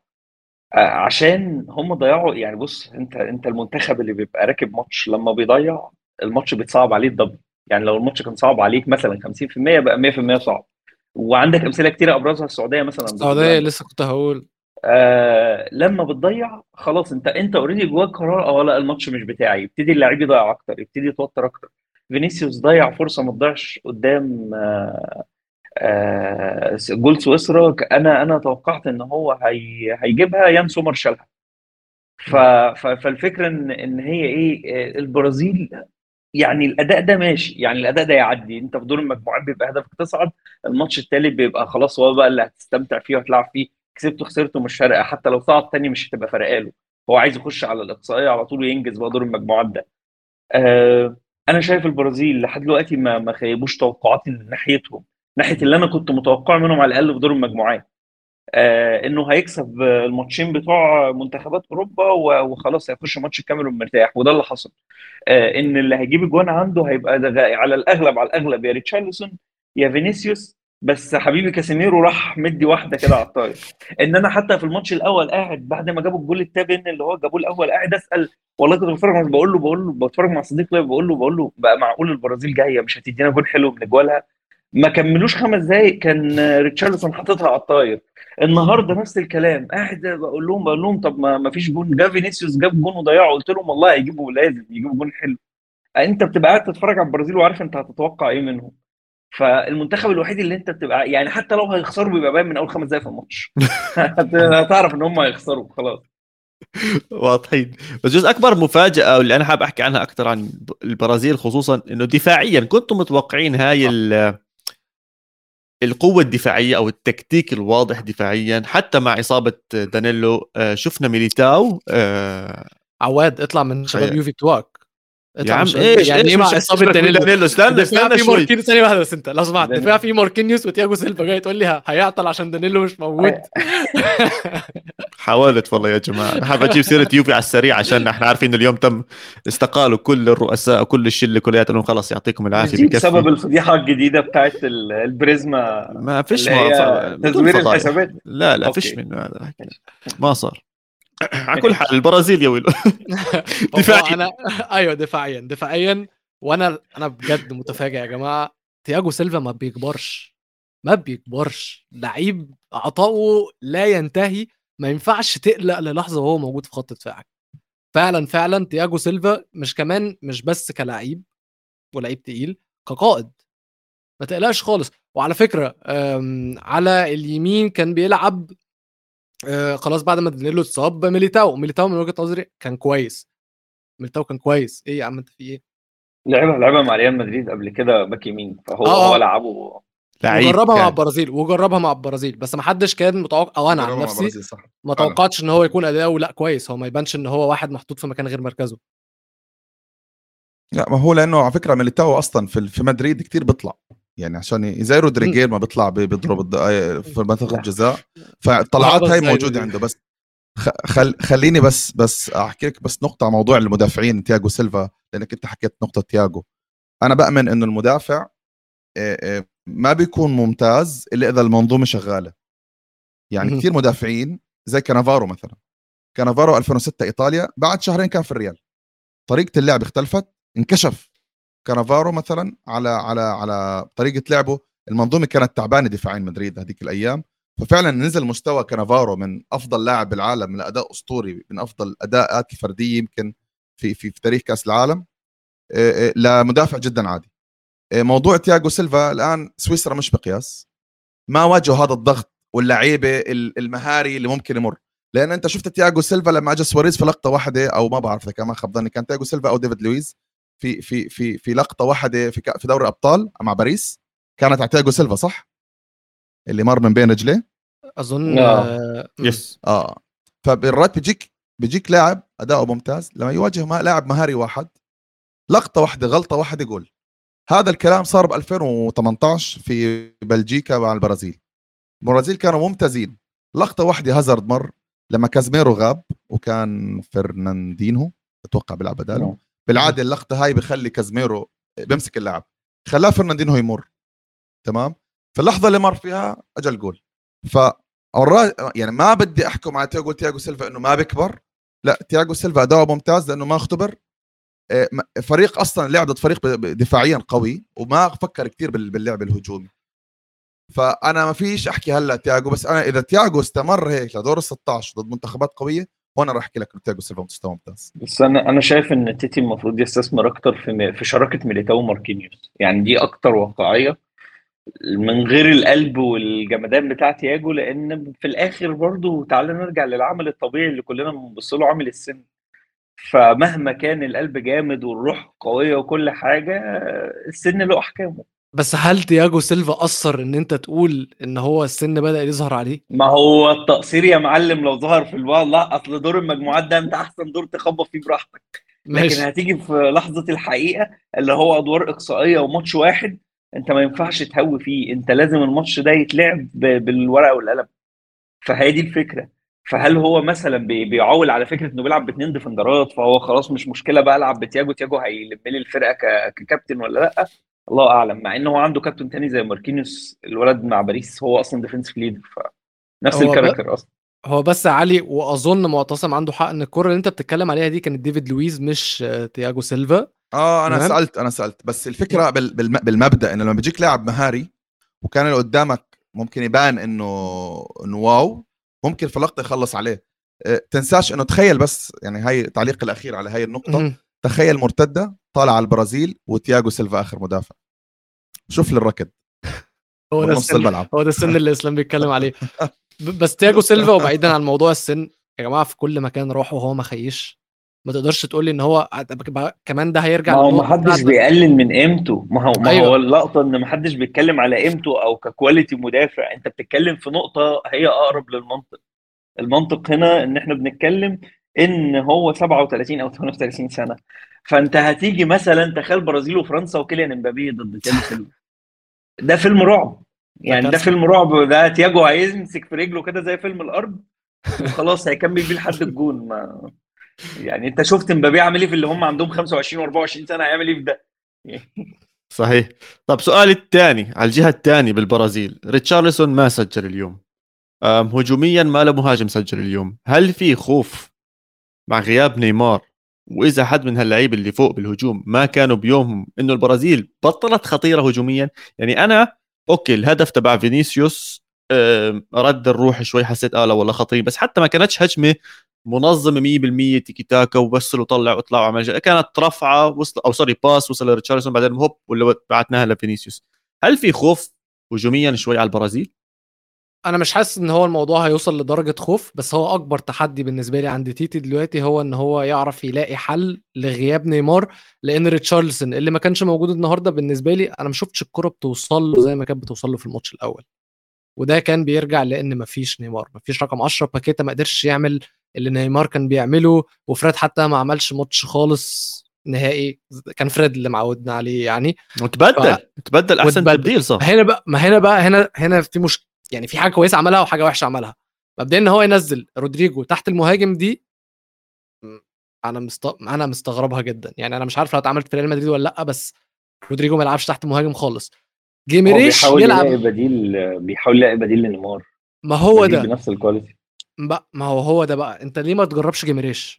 عشان هم ضيعوا. يعني بص انت انت المنتخب اللي بيبقى راكب ماتش لما بيضيع الماتش بيتصعب عليه الدبل. يعني لو الماتش كان صعب عليك مثلا خمسين في المية بقى مية في المية صعب. وعندك امثله كتيره ابرزها السعوديه مثلا. السعوديه لسه كنت هقول آه لما بتضيع خلاص انت انت اوريدي جواك قرار اه لا الماتش مش بتاعي، يبتدي اللاعب يضيع اكتر، يبتدي يتوتر اكتر. فينيسيوس ضيع فرصه ما تضيعش قدام آه آه جول سويسرا. انا انا توقعت ان هو هي هيجيبها يان سومر شالها. فالفكره ان ان هي ايه البرازيل يعني الاداء ده ماشي، يعني الاداء ده يعدي. انت في دور المجموعات بيبقى هدفك تصعد، الماتش التالت بيبقى خلاص هو بقى اللي هتستمتع فيه وهتلعب فيه. كسبته خسرته مش فارقه، حتى لو صعد تاني مش هتبقى فارقه له. هو عايز يخش على الاقصائيه على طول وينجز بقى دور المجموعات ده. آه انا شايف البرازيل لحد دلوقتي ما ما خيبوش توقعاتي ناحيتهم، ناحيه اللي انا كنت متوقع منهم على الاقل في دور المجموعات. آه انه هيكسب الماتشين بتوع منتخبات اوروبا وخلاص هيخش ماتش الكاميرون مرتاح، وده اللي حصل. آه ان اللي هيجيب الجوان عنده هيبقى على الاغلب على الاغلب يا ريتشارلسون يا فينيسيوس. بس حبيبي كاسيميرو راح مدي واحده كده على الطاير. ان انا حتى في الماتش الاول قاعد بعد ما جابوا الجول التابن اللي هو جابوه الاول قاعد اسال، والله كنت بتفرج بقول له بقول له بتفرج مع صديق لي بقول له بقول له بقى معقول البرازيل جايه مش هتدينا جول حلو من اجوالها؟ ما كملوش خمس دقايق كان ريتشارلسون حاططها على الطاير. النهارده نفس الكلام، قاعد بقول لهم بقول لهم طب ما فيش جون، جاب فينيسيوس جاب جون وضيعه، قلت لهم والله هيجيبوا لازم يجيبوا جون حلو. انت بتبقى قاعد تتفرج على البرازيل وعارف انت هتتوقع ايه منهم. فالمنتخب الوحيد اللي انت بتبقى يعني حتى لو هيخسروا بيبقى باين من اول خمس دقايق في الماتش. هتعرف ان هم هيخسروا خلاص. واضحين. بس جزء اكبر مفاجاه واللي انا حابب احكي عنها اكثر عن البرازيل خصوصا انه دفاعيا كنتم متوقعين هاي القوة الدفاعية أو التكتيك الواضح دفاعيا، حتى مع إصابة دانيلو آه، شفنا ميليتاو آه، عواد اطلع من شباب خي- يوفي بتوعك، يا اطلع من عم شباب- ايش يعني ايش ايه مش مع اصابه دانيلو, دانيلو؟ دانيلو استنى دفاع استنى في شوي. ماركينيوس، ثانيه واحده بس، انت لو سمحت، دانيلو. دفاع في ماركينيوس وتياجو سيلفا جاي تقول لي هيعطل عشان دانيلو مش موجود. حاولت والله يا جماعة، أنا حابب أجيب سيرة يوفي على السريع عشان احنا عارفين إنه اليوم تم استقالوا كل الرؤساء وكل الشلة كلياتهم، خلص يعطيكم مش العافية دي بسبب بكفي. الفضيحه الجديده بتاعت ال- البريزما ما فيش اللي ما ف... هي بدون تزوير فضايح. الحسابات؟ لا لا أوكي. فيش من هذا ما صار. على كل حال البرازيل يا ويلو هو دفاعيا انا ايوه دفاعيا دفاعيا وانا انا بجد متفاجئ يا جماعه. تياجو سيلفا ما بيكبرش، ما بيكبرش، لعيب عطاؤه لا ينتهي، ما ينفعش تقلق للحظه وهو موجود في خط دفاعك. فعلا فعلا تياجو سيلفا مش كمان مش بس كلاعب ولعيب تقيل، كقائد ما تقلقش خالص. وعلى فكره أم، على اليمين كان بيلعب أه، خلاص بعد ما دانيلو اتصاب ميليتاو. ميليتاو من وجهه نظري كان كويس، ميليتاو كان كويس. ايه يا عم انت في ايه؟ لعبها لعبها مع ريال مدريد قبل كده باك يمين، فهو آه، هو آه. لعبه. لعيب وجربها مع كان. البرازيل وجربها مع البرازيل بس ما حدش كان متوقع، او انا عن جربوا مع نفسي برازيل، صح. ما فعلاً. توقعتش ان هو يكون اداؤه لا كويس، هو ما يبانش ان هو واحد محطوط في مكان غير مركزه. لا ما هو لانه على فكره ميليتاو اصلا في في مدريد كتير بيطلع، يعني عشان زي رودريجير ما بيطلع بي- بيضرب الد- في منطقه لا. الجزاء، فالطلعات هاي إزاي موجوده دي؟ عنده. بس خ- خل خليني بس بس احكي لك بس نقطه على موضوع المدافعين تياجو سيلفا، لانك انت حكيت نقطه تياجو. انا بامن انه المدافع آه، آه، ما بيكون ممتاز الا اذا المنظومه شغاله. يعني مهم. كثير مدافعين زي كانافارو مثلا، كانافارو ألفين وستة ايطاليا، بعد شهرين كان في الريال، طريقه اللعب اختلفت، انكشف كانافارو مثلا على على على طريقه لعبه. المنظومه كانت تعبانه دفاعين مدريد هذيك الايام، ففعلا نزل مستوى كانافارو من افضل لاعب بالعالم لاداء اسطوري، من افضل الاداءات الفرديه يمكن في في, في تاريخ كاس العالم، آه، آه، لمدافع جدا عادي. آه، موضوع تياغو سيلفا الان سويسرا مش مقياس، ما واجهوا هذا الضغط واللعيبه المهاري اللي ممكن يمر. لان انت شفت تياغو سيلفا لما اجى سواريز في لقطه واحده، او ما بعرف اذا كان ما خاب ظني كان تياغو سيلفا او ديفيد لويز، في في في في لقطه واحده في في دوري ابطال مع باريس، كانت على تياغو سيلفا صح، اللي مر من بين رجليه. اظن آه. آه، مم. يس اه فبالرات بيجيك بيجيك لاعب اداؤه ممتاز لما يواجه ما لاعب مهاري واحد، لقطه واحده غلطه واحده جول. هذا الكلام صار ب ألفين وثمانية عشر في بلجيكا مع البرازيل. البرازيل كانوا ممتازين، لقطه واحده هازارد مر لما كازميرو غاب وكان فرناندينهو اتوقع بيلعب بداله. بالعاده اللقطه هاي بخلي كازميرو بيمسك اللاعب، خلاه فرناندينهو يمر، تمام. في اللحظه اللي مر فيها اجى الجول. ف يعني ما بدي احكم على تياغو تياغو سيلفا انه ما بيكبر، لا تياغو سيلفا اداؤه ممتاز لانه ما اختبر فريق اصلا لعب ضد فريق دفاعيا قوي وما فكر كتير باللعب الهجومي. فانا ما فيش احكي هلا تياغو، بس انا اذا تياغو استمر هيك لدور ال ستة عشر ضد منتخبات قويه، وانا راح احكي لك انه تياغو سيلفا مستوى ممتاز. بس انا انا شايف ان تيتي المفروض يستثمر اكتر في في شراكه ميليتاو وماركينيوس، يعني دي اكتر واقعيه من غير القلب والجمدان بتاع تياجو، لان في الاخر برضو تعالى نرجع للعمل الطبيعي اللي كلنا بنبص له، عامل السن. فمهما كان القلب جامد والروح قويه وكل حاجه، السن له احكامه. بس هل تياجو سيلفا اثر ان انت تقول ان هو السن بدأ يظهر عليه؟ ما هو التقصير يا معلم لو ظهر في الوقت، لا اصل دور المجموعات ده انت احسن دور تخبط فيه براحتك، لكن ماشي. هتيجي في لحظه الحقيقه اللي هو ادوار اقصائيه وماتش واحد، انت ما ينفعش تهوي فيه، انت لازم الماتش ده يتلعب ب- بالورقه والقلم. فهي دي الفكره. فهل هو مثلا بي- بيعول على فكره انه بيلعب باثنين ديفندرات، فهو خلاص مش مشكله بقى العب بتياجو، تياجو هيلم لي الفرقه ك- ككابتن ولا لا؟ الله اعلم، مع انه هو عنده كابتن تاني زي ماركينيوس، الولد مع باريس هو اصلا ديفنسيف ليدر، فنفس هو ب... الكاركتر اصلا. هو بس علي، واظن معتصم عنده حق ان الكره اللي انت بتتكلم عليها دي كانت ديفيد لويز مش آه، تياجو سيلفا. اه انا تمام. سالت انا سالت بس الفكره بال بالم بالمبدا انه لما بيجيك لاعب مهاري وكان اللي قدامك ممكن يبان انه انه واو، ممكن في لقطه يخلص عليه. أه تنساش انه تخيل بس، يعني هاي تعليق الاخير على هاي النقطه، مهم. تخيل مرتده طالع على البرازيل وتياغو سيلفا اخر مدافع، شوف لي الركض هو ده بنص السن، الملعب. هو ده السن اللي اسلام بيتكلم عليه. ب- بس تياجو سيلفا، وبعيدا عن موضوع السن يا جماعه، في كل مكان راح وهو ما خيش، ما تقدرش تقول لي ان هو كمان ده هيرجع ما هو ما للنقطة حدش بتاعت- بيقلل من قيمته. ما هو ما أيوة. هو اللقطه ان ما حدش بيتكلم على قيمته او ككواليتي مدافع. انت بتتكلم في نقطه هي اقرب للمنطق. المنطق هنا ان احنا بنتكلم ان هو سبعة وثلاثين او ثمانية وثلاثين سنه. فانت هتيجي مثلا تخيل برازيل وفرنسا وكيليان امبابي ضد تاني فيلم. ده فيلم رعب يعني. ده كارثة. فيلم رعب. ده تياجو هيمسك في رجله كده زي فيلم الارض وخلاص هيكمل بيه لحد الجون. ما يعني انت شفت امبابي عامل ايه في اللي هم عندهم خمسة وعشرين واربعة وعشرين سنه، هيعمل ايه في ده؟ صحيح. طب سؤال الثاني على الجهة الثانية بالبرازيل، ريتشارلسون ما سجل اليوم. أم هجوميا ما له مهاجم سجل اليوم. هل في خوف مع غياب نيمار، واذا حد من هاللعيبه اللي فوق بالهجوم ما كانوا بيومهم، انه البرازيل بطلت خطيره هجوميا؟ يعني انا اوكي الهدف تبع فينيسيوس أم، رد الروح شوي، حسيت اه لا والله خطير، بس حتى ما كانتش هجمه منظمه مية بالمية تيكي تاكا وبس وطلع واطلع وعمل جا. كانت رفعه وصل او سوري باس وصل لريتشارلسون بعدين هوب ولا بعتناها لفينيسيوس. هل في خوف هجوميا شوي على البرازيل؟ انا مش حاسس ان هو الموضوع هيوصل لدرجه خوف، بس هو اكبر تحدي بالنسبه لي عند تيتي دلوقتي هو ان هو يعرف يلاقي حل لغياب نيمار، لان ريتشارلسون اللي ما كانش موجود النهارده بالنسبه لي انا ما شفتش الكره بتوصل له زي ما كانت بتوصل له في الماتش الاول. وده كان بيرجع لان ما فيش نيمار، ما فيش رقم عشرة. باكيتا ما قدرش يعمل اللي نيمار كان بيعمله، وفريد حتى ما عملش ماتش خالص نهائي. كان فريد اللي معودنا عليه يعني. وتبدل تبدل احسن واتبدل. تبديل صح. هنا بقى ما هنا بقى هنا هنا في مش يعني في حاجه كويسه عملها وحاجه وحشه عملها. مبدئيا ان هو ينزل رودريجو تحت المهاجم دي م- انا مست... انا مستغربها جدا يعني. انا مش عارف لو اتعملت في ريال مدريد ولا لا، بس رودريجو ما يلعبش تحت مهاجم خالص. هو جيميريش بيحاول يلعب. يلاقي بديل بيحاول يلاقي بديل لنيمار. ما هو بديل ده بنفس الكواليتي. بقى ما هو هو ده بقى. انت ليه ما تجربش جيميريش؟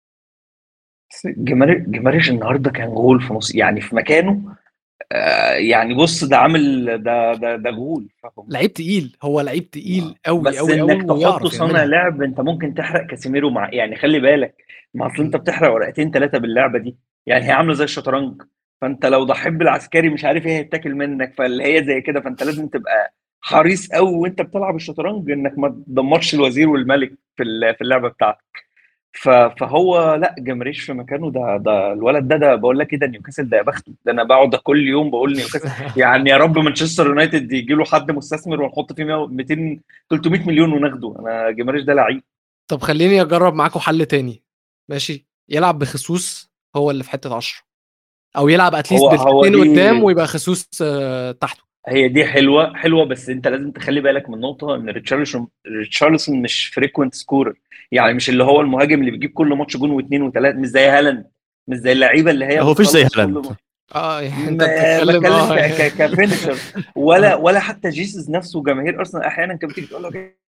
بس جماري- جماريش النهارده كان جول في نص يعني في مكانه. آه يعني بص ده عامل ده ده ده جول فاهم؟ لعيب تقيل، هو لعيب تقيل قوي بس قوي قوي انك تحطه ويعرف صانع يعملها. لعب انت ممكن تحرق كاسيميرو مع يعني خلي بالك. ما اصل انت بتحرق ورقتين ثلاثه باللعبه دي. يعني هي عامله زي الشطرنج. فانت لو ضحيت بالعسكري مش عارف ايه هيتاكل منك. فاللي هي زي كده. فانت لازم تبقى حريص قوي وانت بتلعب الشطرنج انك ما تدمرش الوزير والملك في ال- في اللعبه بتاعتك. ف- فهو لا جمريش في مكانه. ده ده الولد ده ده بقول لك كده نيوكاسل ده يا بخته. ده انا بقعد كل يوم بقول نيوكاسل يعني يا رب مانشستر يونايتد يجي له حد مستثمر ونحط فيه مية ميتين ثلاثمية مليون وناخده. انا جمريش ده لعيب. طب خليني اجرب معاكم حل تاني. ماشي، يلعب بخصوص هو اللي في حته عشرة، او يلعب اتليست هو هو بالاتنين دي قدام ويبقى خصوص آه، تحته. هي دي حلوه حلوه. بس انت لازم تخلي بالك من نقطه ان ريتشارلسون ريتشارلسون مش فريكوينت سكورر. يعني مش اللي هو المهاجم اللي بيجيب كل ماتش جون واثنين وثلاثه. مش زي هالاند. مش زي اللعيبه اللي هي هو فيش زي بتخلص كل هالاند. ماتش. اه يعني انت ما بتتكلم بتكلم اه ك ك كفينشر. ولا آه. ولا حتى جيسوس نفسه. جماهير ارسنال احيانا كانت بتيجي تقول لك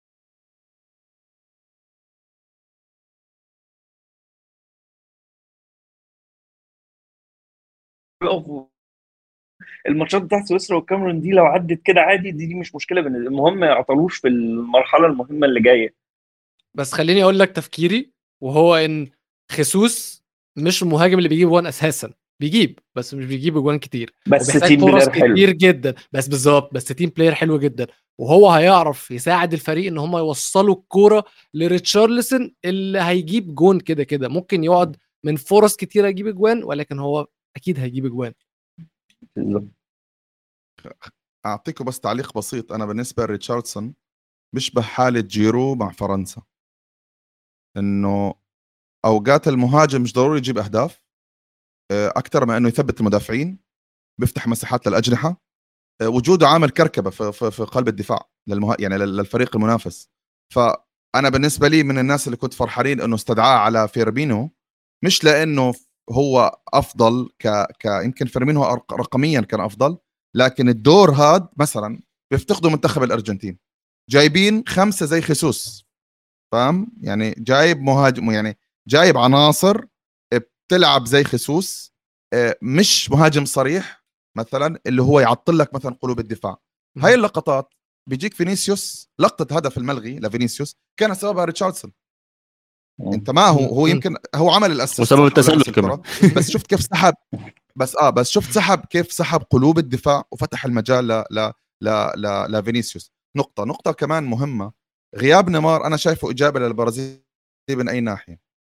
الماتشات بتاعت سويسرا والكاميرون دي لو عدت كده عادي. دي, دي مش مشكله بالنسبه. المهم ما يعطلوش في المرحله المهمه اللي جايه. بس خليني اقول لك تفكيري، وهو ان خصوص مش المهاجم اللي بيجيب جوان اساسا. بيجيب بس مش بيجيب جوان كتير، بس وبيحتاج تيم فرص بلاير حلو. كتير جدا. بس بالظبط، بس تيم بلاير حلو جدا، وهو هيعرف يساعد الفريق ان هم يوصلوا الكوره لريتشارلسون اللي هيجيب جون كده كده. ممكن يقعد من فرص كتيره يجيب جوان، ولكن هو اكيد هيجيب جوان. بالظبط. اعطيكم بس تعليق بسيط. انا بالنسبه لريتشاردسون بيشبه حاله جيرو مع فرنسا، انه اوقات المهاجم مش ضروري يجيب اهداف اكثر ما انه يثبت المدافعين، بيفتح مساحات للاجنحه. وجوده عامل كركبه في, في, في قلب الدفاع للمه... يعني للفريق المنافس. فانا بالنسبه لي من الناس اللي كنت فرحانين انه استدعاه على فيرمينو، مش لانه هو افضل ك, ك... يمكن فيرمينو رقميا كان افضل، لكن الدور هذا مثلا بيفتقدوا منتخب الارجنتين. جايبين خمسه زي خيسوس، فاهم يعني؟ جايب مهاجم يعني جايب عناصر بتلعب زي خيسوس، مش مهاجم صريح مثلا اللي هو يعطل لك مثلا قلوب الدفاع. هاي اللقطات بيجيك فينيسيوس، لقطه هدف الملغي لفينيسيوس كان سببها ريتشاردسون. انت ما هو هو يمكن هو عمل الاسيست وسبب التسلل كمان. بس شفت كيف سحب بس اه بس شفت سحب كيف سحب قلوب الدفاع وفتح المجال ل ل ل ل لفينيسيوس. نقطه نقطه كمان مهمه، غياب نيمار انا شايفه اجابه للبرازيل من اي ناحيه.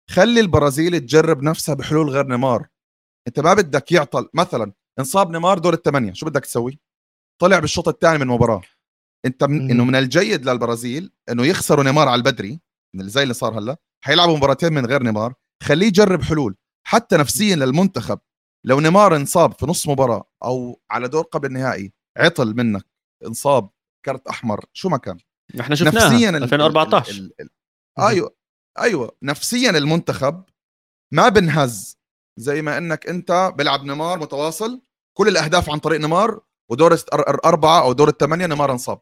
خلي البرازيل تجرب نفسها بحلول غير نيمار. انت ما بدك يعطل مثلا انصاب نيمار دور الثمانيه، شو بدك تسوي؟ طلع بالشوط الثاني من مباراه. انت من انه من الجيد للبرازيل انه يخسروا نيمار على البدري زي اللي صار هلا، حيلعبوا مباراتين من غير نيمار. خليه يجرب حلول حتى نفسيا للمنتخب. لو نيمار انصاب في نص مباراه او على دور قبل النهائي، عطل منك، انصاب، كرت احمر، شو ما كان، احنا شفناها نفسيا ألفين وأربعتاشر. ال ال ال ايوه ايوه نفسيا المنتخب ما بنهز زي ما انك انت بلعب نيمار متواصل كل الاهداف عن طريق نيمار، ودور اربعه او دور الثمانيه نيمار انصاب.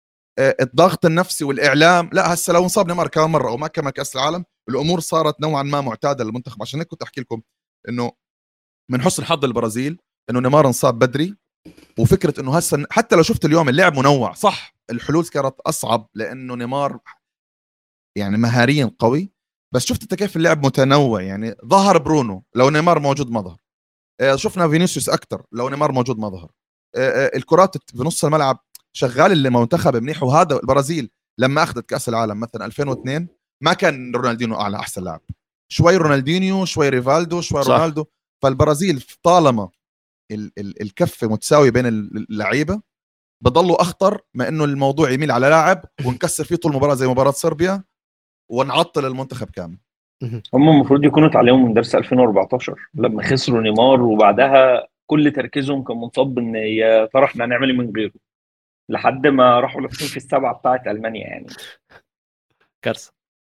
الضغط النفسي والاعلام، لا هسه لو انصاب نيمار كمان مره وما كمل كاس العالم الامور صارت نوعا ما معتاده للمنتخب. عشان هيك كنت احكي لكم انه من حسن حظ البرازيل انه نيمار انصاب بدري. وفكره انه هسه حتى لو شفت اليوم اللعب منوع صح، الحلول كانت اصعب لانه نيمار يعني مهاريا قوي، بس شفت انت كيف اللعب متنوع. يعني ظهر برونو لو نيمار موجود ما ظهر، شفنا فينيسيوس اكثر لو نيمار موجود ما ظهر. الكرات في نص الملعب شغال اللي منتخب منيح. وهذا البرازيل لما اخذت كاس العالم مثلا ألفين واثنين ما كان رونالدينيو اعلى احسن لاعب، شوي رونالدينيو شوي ريفالدو شوي صح. رونالدو. فالبرازيل طالما ال ال الكفه متساويه بين اللعيبه بضلوا اخطر ما انه الموضوع يميل على لاعب ونكسر فيه طول المباراه زي مباراه صربيا ونعطل المنتخب كامل. هم المفروض يكونوا اتعلموا من درس ألفين وأربعتاشر لما خسروا نيمار، وبعدها كل تركيزهم كان منصب ان يا ترى احنا هنعمل ايه من غيره، لحد ما راحوا لابسين في السبعه بتاعه المانيا. يعني كارثه.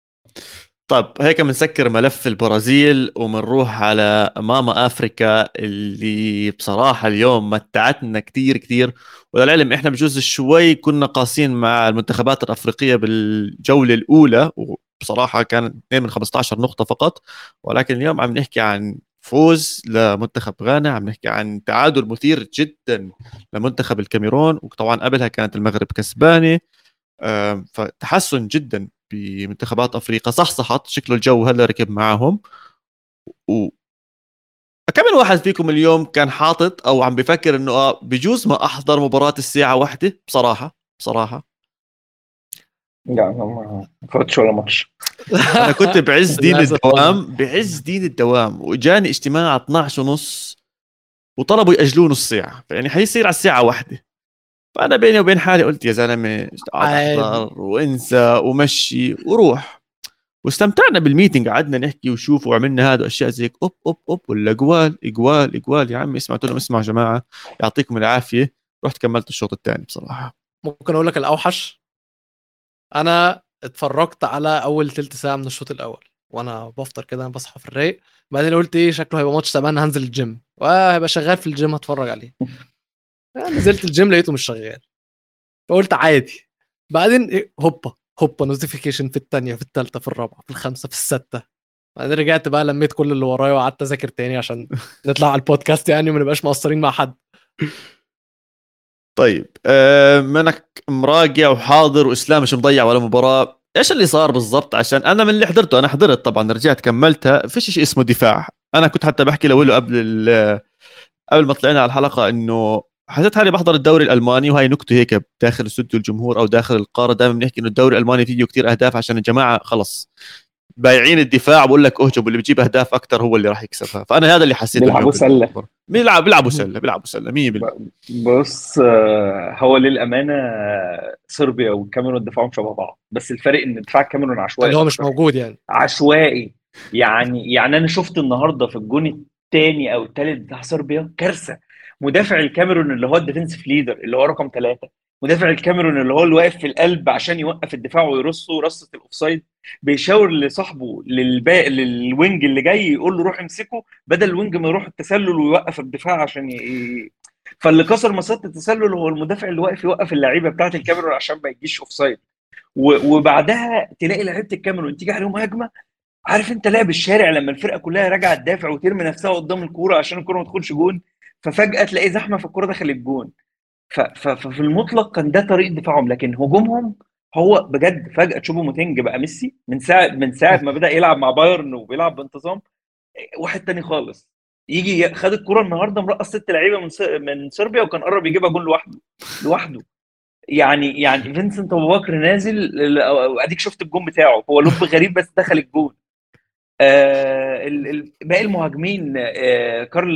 طيب هيك بنسكر ملف البرازيل ومنروح على ماما افريكا اللي بصراحه اليوم متعتنا كتير كتير. وللعلم احنا بجوز شوي كنا قاسين مع المنتخبات الافريقيه بالجوله الاولى، وبصراحه كان اثنين من خمسة عشر نقطه فقط. ولكن اليوم عم نحكي عن فوز لمنتخب غانا، عم نحكي عن تعادل مثير جدا لمنتخب الكاميرون، وطبعا قبلها كانت المغرب كسبانه. فتحسن جدا بمنتخبات افريقيا، صحصحت شكله الجو هلا ركب معاهم. و كم من واحد فيكم اليوم كان حاطط او عم بفكر انه اه بجوز ما احضر مباراة الساعة واحدة؟ بصراحة بصراحة لا ما فاتش ولا ماتش. انا كنت بعز دين الدوام بعز دين الدوام واجاني اجتماع اثنعش ونص وطلبوا يأجلوه نص ساعة، يعني حيصير على الساعة واحدة. فأنا بيني وبين حالي قلت يا زلمة أحضر وانسى ومشي وروح. واستمتعنا بالميتنج، قعدنا نحكي وشوف وعملنا هذا أشياء زي أوب أوب أوب ولا قوال إقوال إقوال. يا عمي اسمعوا لهم، اسمعوا جماعة يعطيكم العافية. رحت كملت الشوط الثاني. بصراحة ممكن أقول لك الأوحش، أنا اتفرجت على أول تلت ساعة من الشوط الأول وأنا بفطر كده، أنا بصحى في الرايق. بعدين قلت إيه شكله هيبقى ماتش تمام، هنزل الجيم وهيبقى شغال في الجيم هتفرج عليه. نزلت الجيم لقيته مش شغال، فقلت عادي. بعدين إيه هوبا هوبا نوتيفيكيشن في الثانيه في الثالثه في الرابعه في الخامسه في السادسه. بعدين رجعت بقى لميت كل اللي ورايا وقعدت اذاكر تاني عشان نطلع على البودكاست يعني وما نبقاش مقصرين مع حد. طيب أه منك مراجع وحاضر واسلام مش مضيع ولا مباراه، ايش اللي صار بالضبط؟ عشان انا من اللي حضرته، انا حضرت طبعا رجعت كملتها، فيش شيء اسمه دفاع. انا كنت حتى بحكي له قبل قبل ما طلعنا على الحلقه انه حسيت حالي بحضر الدوري الالماني، وهي نكته هيك داخل استوديو الجمهور او داخل القاره دائما بنحكي انه الدوري الالماني فيه كتير اهداف عشان الجماعه خلص بايعين الدفاع، بقول لك اهجم واللي بيجيب اهداف اكثر هو اللي راح يكسبها. فانا هذا اللي حسيته. بيلعبوا سله بيلعب بيلعبوا سله بيلعبوا سله مية بالمية. بص هو للامانه صربيا والكاميرون دفاعهم شبه بعض، بس الفرق ان دفاع الكاميرون عشوائي اللي هو مش موجود يعني عشوائي. يعني يعني انا شفت النهارده في الجون الثاني او الثالث بتاع صربيا كارثه. مدافع الكاميرون اللي هو الديفنسيف ليدر اللي هو رقم ثلاثة، مدافع الكاميرون اللي هو اللي واقف في القلب عشان يوقف الدفاع ويرصه رصه الاوفسايد، بيشاور لصاحبه للباقي للوينج اللي جاي يقول له روح امسكه، بدل الوينج ما يروح التسلل ويوقف الدفاع عشان ي... فاللي كسر مسات التسلل هو المدافع اللي واقف يوقف اللعيبه بتاعه الكاميرون عشان ما يجيش اوفسايد. وبعدها تلاقي لعيبه الكاميرون تيجي عليهم هجمه، عارف انت لعب الشارع لما الفرقه كلها راجعه تدافع وترمي نفسها قدام الكوره عشان الكوره ما تدخلش جون، ففجاه تلاقي زحمه في الكوره دخلت الجون. ففي المطلق كان ده طريقه دفاعهم، لكن هجومهم هو بجد فجاه تشوفوا موتينج بقى ميسي من ساعه من ساعه ما بدا يلعب مع بايرن وبيلعب بانتظام واحد تاني خالص. يجي خد الكوره النهارده مرقص ست لعيبه من من صربيا وكان قرب يجيبها جون لوحده لوحده. يعني يعني فينسنت ابو بكر نازل واديك شفت الجون بتاعه، هو لب غريب بس دخل الجون. آه ال- ال- باقي المهاجمين آه كارل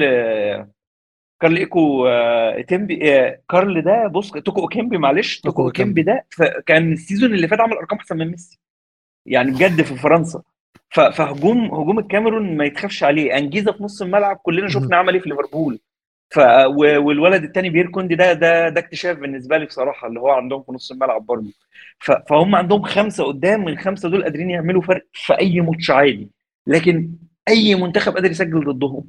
كارل ايكو آه تيمبي آه كارل ده بص توكو اوكيمبي معلش توكو توكو اوكيمبي أوكيمبي. ده ف- كان السيزون اللي فات عمل ارقام احسن من ميسي يعني بجد في فرنسا. ف- فهجوم هجوم الكاميرون ما يتخافش عليه. انجيزا في نص الملعب كلنا شفنا عمل ايه في ليفربول. ف و- والولد التاني بيير كوندي ده ده ده اكتشاف بالنسبه لي بصراحه اللي هو عندهم في نص الملعب برضه. ف- فهم عندهم خمسه قدام، من الخمسه دول قادرين يعملوا فرق في اي ماتش عادي. لكن اي منتخب قادر يسجل ضدهم.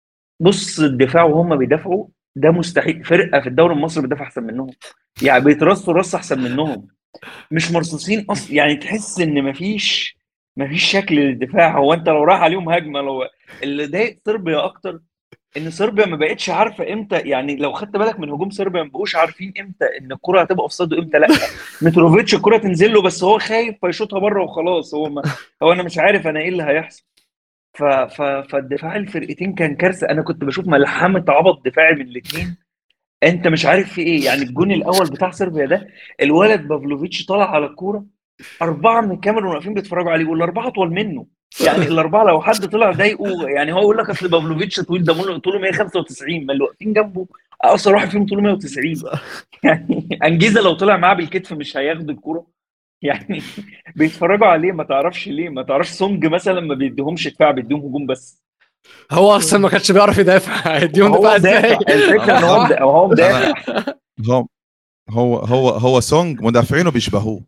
بص الدفاع وهم بيدافعوا ده مستحيل فرقه في الدوري المصري بتدافع احسن منهم. يعني بيترصوا رص احسن منهم، مش مرصوصين اصلا. يعني تحس ان مفيش مفيش شكل للدفاع. هو انت لو راح عليهم هجمه لو اللي ضايق صربيا اكتر ان صربيا ما بقتش عارفه امتى. يعني لو خدت بالك من هجوم صربيا ما بقوش عارفين امتى ان الكره هتبقى اوفسايد وامتى لا. متروفيتش الكره تنزل له بس هو خايف فيشوطها بره وخلاص. هو ما هو انا مش عارف انا ايه اللي هيحصل. ف... ف... فالدفاع الفرقتين كان كارثه. انا كنت بشوف ملحمه عبط دفاعي من الاثنين. انت مش عارف في ايه. يعني الجون الاول بتاع صربيا ده الولد بافلوفيتش طلع على الكوره، اربعه من الكاميرون واقفين بيتفرجوا عليه والاربعه اطول منه. يعني الاربعه لو حد طلع ضايقه يعني هو يقول لك اصل بافلوفيتش طويل ده طوله مية وخمسة وتسعين، ما اللي واقفين جنبه اقصر واحد فيهم طوله مية وتسعين. يعني انجيزا لو طلع معاه بالكتف مش هياخد الكوره. يعني بيتفرجوا عليه. ما تعرفش ليه. ما تعرفش سونج مثلا ما بيديهمش دفاع بيديهم هجوم بس. هو اصلا ما كانش بيعرف يدافع هيديهم هو دفاع ازاي؟ مدافع. الفكره ان هو مدا- هو مدافع. هو هو هو هو سونج مدافعينه بيشبهوه.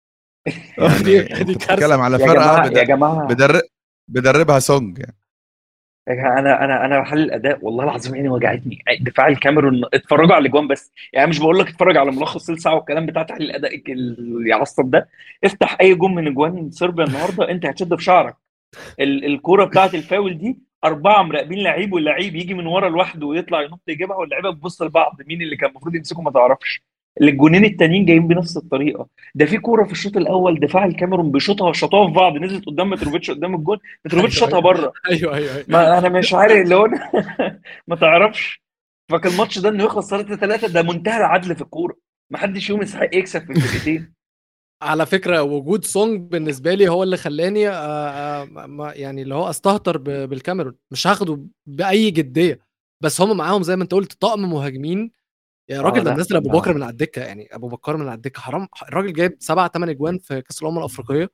يعني دي انت دي بتتكلم كارثه. على يا فرقه جماعه يا بدر جماعه بدر بدربها سونج يعني. يا جماعة انا انا انا بحلل الاداء والله العظيم عيني وجعتني. دفاع الكاميرون اتفرجوا على الاجوان بس. يعني مش بقول لك اتفرج على ملخص ثلث ساعه والكلام بتاع تحليل الاداء اللي يعصب ده. افتح اي جون من اجوان صربيا النهارده انت هتشد في شعرك. ال- الكوره بتاعت الفاول دي اربعه مراقبين لعيب واللعيب يجي من ورا لوحده ويطلع ينط يجيبها واللعيبه بتبص لبعض مين اللي كان المفروض يمسكه ما تعرفش. الجونين التانيين جايين بنفس الطريقه. ده في كوره في الشوط الاول دفاع الكاميرون بيشوطها شاطوها في بعض نزلت قدام متروفيتش قدام الجون. متروفيتش ايوه شاطها بره. ايوه ايوه ايوه. ما انا مش عارف اللي هو ما تعرفش. فكان الماتش ده انه يخلص ثلاثة ثلاثة ده منتهى العدل في الكوره. ما حدش فيهم يستحق يكسب في الفرقتين. على فكره وجود سونج بالنسبه لي هو اللي خلاني آه، آه، ما- يعني اللي هو استهتر ب- بالكاميرون مش هاخده باي جديه. بس هم معاهم زي ما انت قلت طقم مهاجمين. يا اه راجل ده لا منزل ابو بكر لا. من على الدكه. يعني ابو بكر من على الدكه حرام. الراجل جايب سبعة ثمانية اجوان في كاس الامم الافريقيه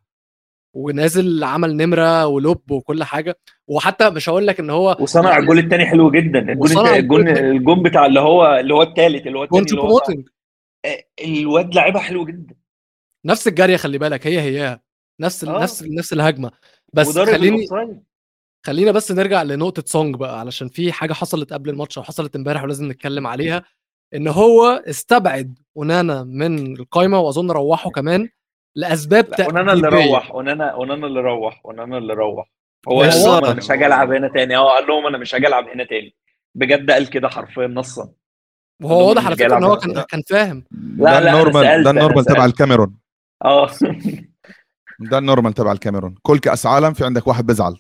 ونازل عمل نمره ولوب وكل حاجه. وحتى مش هقول لك ان هو وصنع الجول ينزل الثاني حلو جدا. الجول الت- وصنع الجول الجون التاني. الجون بتاع اللي هو اللي هو الثالث اللي هو جون الثاني اللي تشوبو هو صعب. موتنج آه، الواد لعبها حلو جدا. نفس الجاريه خلي بالك هي هي نفس ال- اه نفس نفس الهجمه. بس وضارب خليني الاوفسايد. خلينا بس نرجع لنقطة سونج بقى علشان في حاجة حصلت قبل الماتش أو حصلت امبارح ولازم نتكلم عليها. إن هو استبعد ونانا من القايمة وأظن روحه كمان لأسباب لا ونانا اللي تأديبية. روح ونانا ونانا اللي روح ونانا اللي روح. هو ايش قال وهو لهم انا صار؟ مش هاجي العب هنا تاني. اه قال لهم انا مش هاجي العب هنا تاني. بجد قال كده حرفيا نصا. قال وهو لهم انا واضح مش على جاي فكرة إن العب هو هنا كان تاني. ده, كان فاهم. ده لا لا انا النورمال ده سالت انا النورمال تبع سالت الكاميرون. اه ده النورمال تبع الكاميرون. كل كاس عالم في عندك واحد بزعل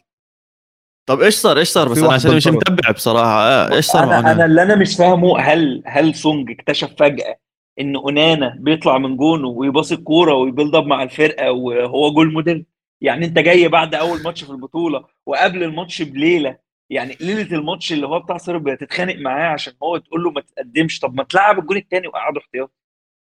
طب ايش صار ايش صار وفي بس انا واحد عشان مش بنطرد. متابع بصراحه. آه. ايش صار انا مع انا اونانا؟ اللي انا مش فاهمه هل هل سونج اكتشف فجأة ان اونانا بيطلع من جونه ويباصي الكوره ويبيلد اب مع الفرقه وهو جول موديل. يعني انت جاي بعد اول ماتش في البطوله وقبل الماتش بليله. يعني ليله الماتش اللي هو بتاع صربيا تتخانق معاه عشان هو تقول له ما تقدمش. طب ما تلعب الجون الثاني وقعده احتياطي.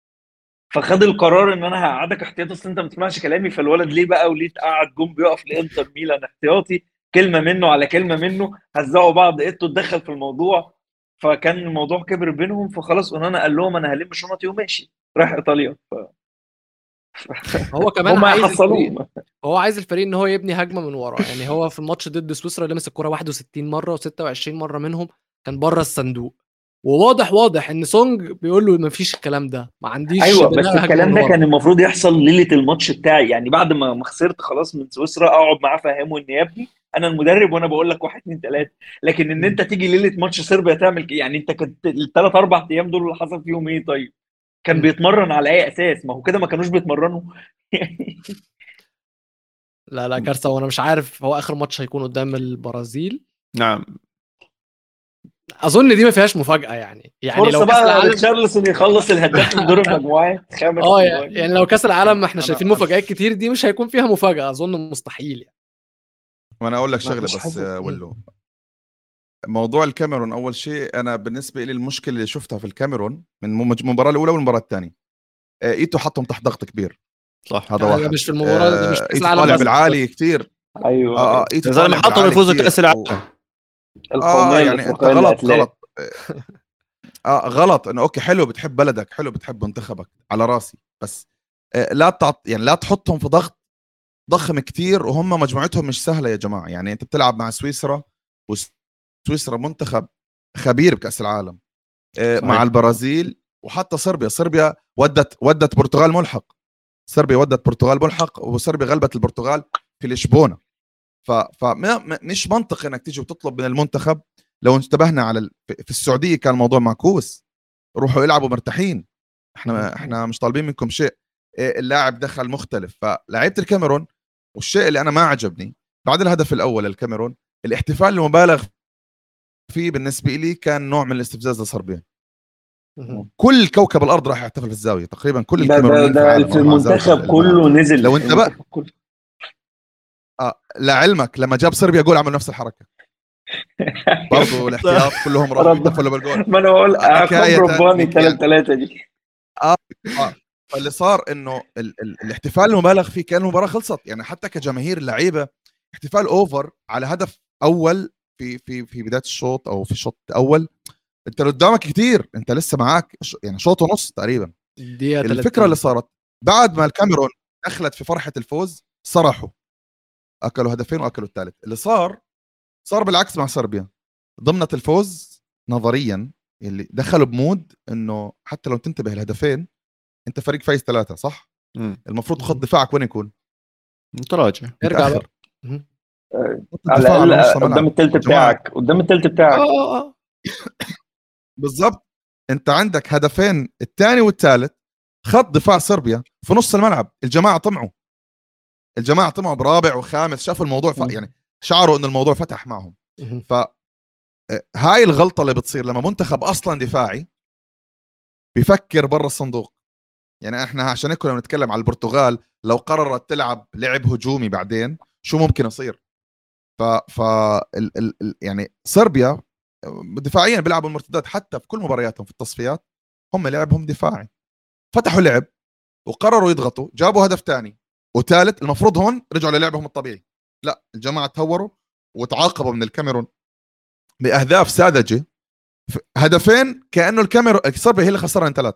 فخد القرار ان انا هقعدك احتياطي اصل انت ما تسمعش كلامي. فالولد ليه بقى وليه تقعد جون بيقف لانتر ميلان احتياطي. كلمه منه على كلمه منه هزقوا بعض ايتو اتدخل في الموضوع. فكان الموضوع كبر بينهم فخلاص اونانا قال لهم انا هلم شنطي وماشي رايح ايطاليا. ف... هو كمان هم عايز الفريق هيحصلوه. هو عايز الفريق إن هو يبني هجمة من ورا. يعني هو في الماتش ضد سويسرا لمس الكرة واحد وستين مرة و26 مرة منهم كان بره الصندوق. وواضح واضح إن سونج بيقول له ما فيش الكلام ده ما عنديش ايوه بس بناء هجمة الكلام من ده ورا. كان المفروض يحصل ليله الماتش بتاعي. يعني بعد ما ما خسرت خلاص من سويسرا اقعد معاه افهمه ان يا ابني انا المدرب وانا بقول لك واحد اثنين ثلاثه. لكن ان انت تيجي ليله ماتش صربيا تعمل كده. يعني انت كنت الثلاث اربع ايام دول اللي حصل فيهم ايه طيب؟ كان مم. بيتمرن على اي اساس؟ ما هو كده ما كانوش بيتمرنوا. لا لا كارثة. وأنا مش عارف هو آخر ماتش هيكون قدام البرازيل. نعم. اظن دي ما فيهاش مفاجاه. يعني يعني لو فرصه كاس بقى العالم لتشارلسون يخلص الهداف من دور المجموعات خمس اه اجوان. يعني لو كاس العالم احنا انا شايفين مفاجآت كتير دي مش هيكون فيها مفاجاه. اظن مستحيل يعني. ما انا اقول لك ما شغله مش بس حاسس. آه، ولو موضوع الكاميرون اول شيء، انا بالنسبه لي المشكله اللي شفتها في الكاميرون من مج- المباراه الاولى والمباراه الثانيه، آه، ايتو حطهم تحت ضغط كبير. صح. هذا ده واحد. مش في المباراه، ده مش آه، في كاس ايتو العالم طالع بس. بالعالي كتير. ايوه اه اه ايوه ايتو يا زلمه طالع حطهم بالعالي يفوزوا كتير كاس و... العالم. اه القوميه يعني انت الافريقيه غلط للاتلات. غلط اه غلط انه اوكي حلو بتحب بلدك، حلو بتحب منتخبك على راسي، بس آه لا تعط يعني لا تحطهم في ضغط ضخم كتير، وهم مجموعتهم مش سهله يا جماعه. يعني انت بتلعب مع سويسرا، وسويسرا منتخب خبير بكاس العالم، آه مع صحيح. البرازيل، وحتى صربيا صربيا ودت ودت برتغال ملحق. صربيا ودت برتغال ملحق، وصربيا غلبت البرتغال في لشبونه. ف فمش منطقي انك تيجي وتطلب من المنتخب. لو انتبهنا على ال... في السعوديه كان الموضوع معكوس، روحوا يلعبوا مرتاحين، احنا احنا مش طالبين منكم شيء. اللاعب دخل مختلف. فلعيبه الكاميرون، والشيء اللي انا ما عجبني بعد الهدف الاول للكاميرون، الاحتفال المبالغ فيه بالنسبه لي كان نوع من الاستفزاز لصربيا. كل كوكب الارض راح يحتفل في الزاويه، تقريبا كل ده ده الكاميرونيين في ده العالم في راحوا على زاويه المنتخب الملعب. كله نزل، لو انت بقى المنتخب كله. آه لعلمك لما جاب صربيا جول عملوا نفس الحركه برضو، الاحتياط كلهم راحوا رب احتفلوا بالجول. ما انا بقول آه، عقاب نكايه رباني نك يعني ثلاثة ثلاثة دي. اه اه فاللي صار انه ال ال الاحتفال المبالغ فيه كان المباراه خلصت. يعني حتى كجماهير اللعيبه احتفال اوفر على هدف اول في في في بدايه الشوط او في الشوط الاول. انت قدامك كتير، انت لسه معاك ش- يعني شوط ونص تقريبا. دقيقه الفكره اللي ثلاثين. صارت بعد ما الكاميرون دخلت في فرحه الفوز صرحوا، اكلوا هدفين واكلوا الثالث. اللي صار صار بالعكس مع صربيا. ضمنت الفوز نظريا، اللي دخلوا بمود انه حتى لو تنتبه الهدفين انت فريق فايز ثلاثه صح، مم. المفروض خط دفاعك وين يكون؟ متراجع. ارجع بقى. متاخر. مهم. خط على الدفاع على نص الاقل قدام الملعب الثلث يا جماعه. بتاعك، قدام الثلث اه بتاعك. اه اه بالضبط. انت عندك هدفين، الثاني والثالث خط دفاع صربيا في نص الملعب. الجماعه طمعوا، الجماعه طمعوا برابع وخامس، شافوا الموضوع ف... يعني شعروا ان الموضوع فتح معهم. مهم. ف هاي الغلطه اللي بتصير لما منتخب اصلا دفاعي بيفكر برا الصندوق. يعني احنا عشان هيك كنا بنتكلم على البرتغال، لو قررت تلعب لعب هجومي بعدين شو ممكن يصير. ف ف ال... ال... ال... يعني صربيا دفاعيا بيلعبوا المرتدات، حتى في كل مبارياتهم في التصفيات هم لعبهم دفاعي. فتحوا لعب وقرروا يضغطوا، جابوا هدف ثاني وثالث. المفروض هون رجعوا للعبهم الطبيعي، لا الجماعه تهوروا وتعاقبوا من الكاميرون باهداف ساذجه. هدفين كانه الكاميرون صربيا هي اللي خسران ثلاث،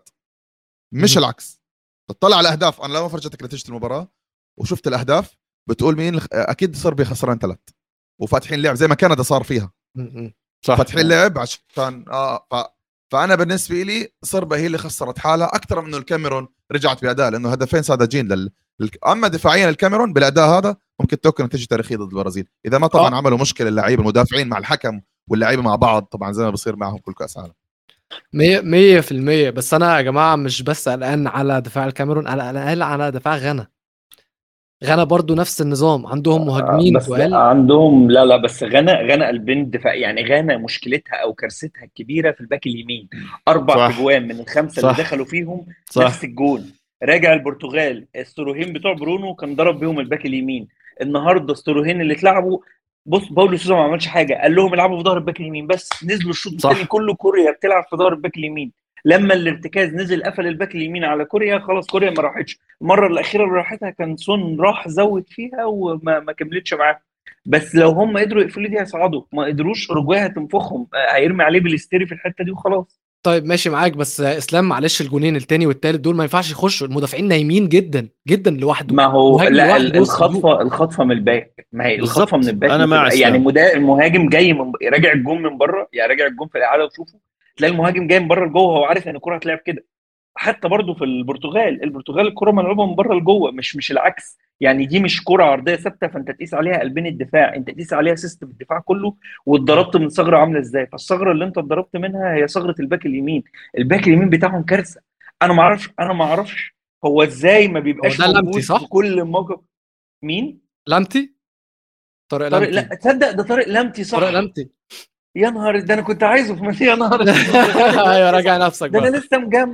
مش العكس. تطلع على الاهداف، انا لما فرجتك نتيجه المباراه وشفت الاهداف بتقول مين اكيد صربيا خسران ثلاث وفاتحين لعب زي ما كندا صار فيها. مهم. صح. فاتحين لعب عشان اه ف... فانا بالنسبه لي صربيا هي اللي خسرت حالها اكثر من الكاميرون رجعت باداء، لانه هدفين ساذجين لل... لل... اما دفاعيا الكاميرون بالاداء هذا ممكن توكل نتيجه تاريخيه ضد البرازيل، اذا ما طبعا آه. عملوا مشكله اللعيبه المدافعين مع الحكم واللعيبه مع بعض، طبعا زي ما بصير معهم كل كاس عالم. مية مية في المية. بس أنا يا جماعة مش بس قلقان على دفاع الكاميرون، أنا قلقان على دفاع غانا. غانا برضو نفس النظام، عندهم مهاجمين بس تقال. عندهم لا لا بس غانا غانا قلبين دفاع. يعني غانا مشكلتها او كارثتها الكبيره في الباك اليمين. اربع صح. تجوان من الخمسه اللي صح. دخلوا فيهم صح. نفس الجون. راجع البرتغال الستروهين بتوع برونو كان ضرب بيهم الباك اليمين. النهارده الستروهين اللي اتلعبوا، بص باولو سوزا ما عملش حاجه، قال لهم العبوا في ظهر الباك اليمين بس. نزلوا الشوط صح. الثاني كله كوريا بتلعب في ظهر الباك اليمين. لما الارتكاز نزل قفل الباك اليمين على كوريا، خلاص كوريا ما راحتش. المره الاخيره اللي راحتها كان سون راح زود فيها وما ما كملتش معاه. بس لو هم قدروا يقفلوا دي هيصعدوا، ما قدروش اورجواي هتنفخهم، آه، هيرمي عليه بالاستيري في الحته دي وخلاص. طيب ماشي معاك، بس اسلام معلش الجونين التاني والتالت دول ما ينفعش يخشوا، المدافعين نايمين جدا جدا لوحده. ما هو مهاجم لا لوحده ال- جوه الصندوق. الخطفه الخطفه من الباك، ما هي الخطفه من بالضبط. الباك انا ما مع تبقى- يعني اسلام. مدا- المهاجم جاي من راجع الجون من بره، يعني راجع الجون في الاعاده وشوفه تلاقي المهاجم جاي من بره لجوه، هو عارف ان الكره هتلعب كده. حتى برضو في البرتغال البرتغال الكره ملعوبه من بره لجوه، مش مش العكس. يعني دي مش كره عرضيه ثابته فانت تقيس عليها قلبين الدفاع، انت تقيس عليها سيستم الدفاع كله. واتضربت من ثغره عامله ازاي، فالثغره اللي انت اتضربت منها هي ثغره الباك اليمين. الباك اليمين بتاعهم كارثه. انا ما اعرفش انا ما اعرفش هو ازاي ما هو بيبقاش ده لمتي موجود صح؟ في كل موقف. مين؟ لمتي، طارق طارق، لمتي. لا تصدق ده طارق لمتي طارق صح. لمتي. يا نهار، ده انا كنت عايزه في مدينة، يا نهار اسود. ده ايوه لمتي راجع صح. نفسك ده بقى. انا لسه مجمع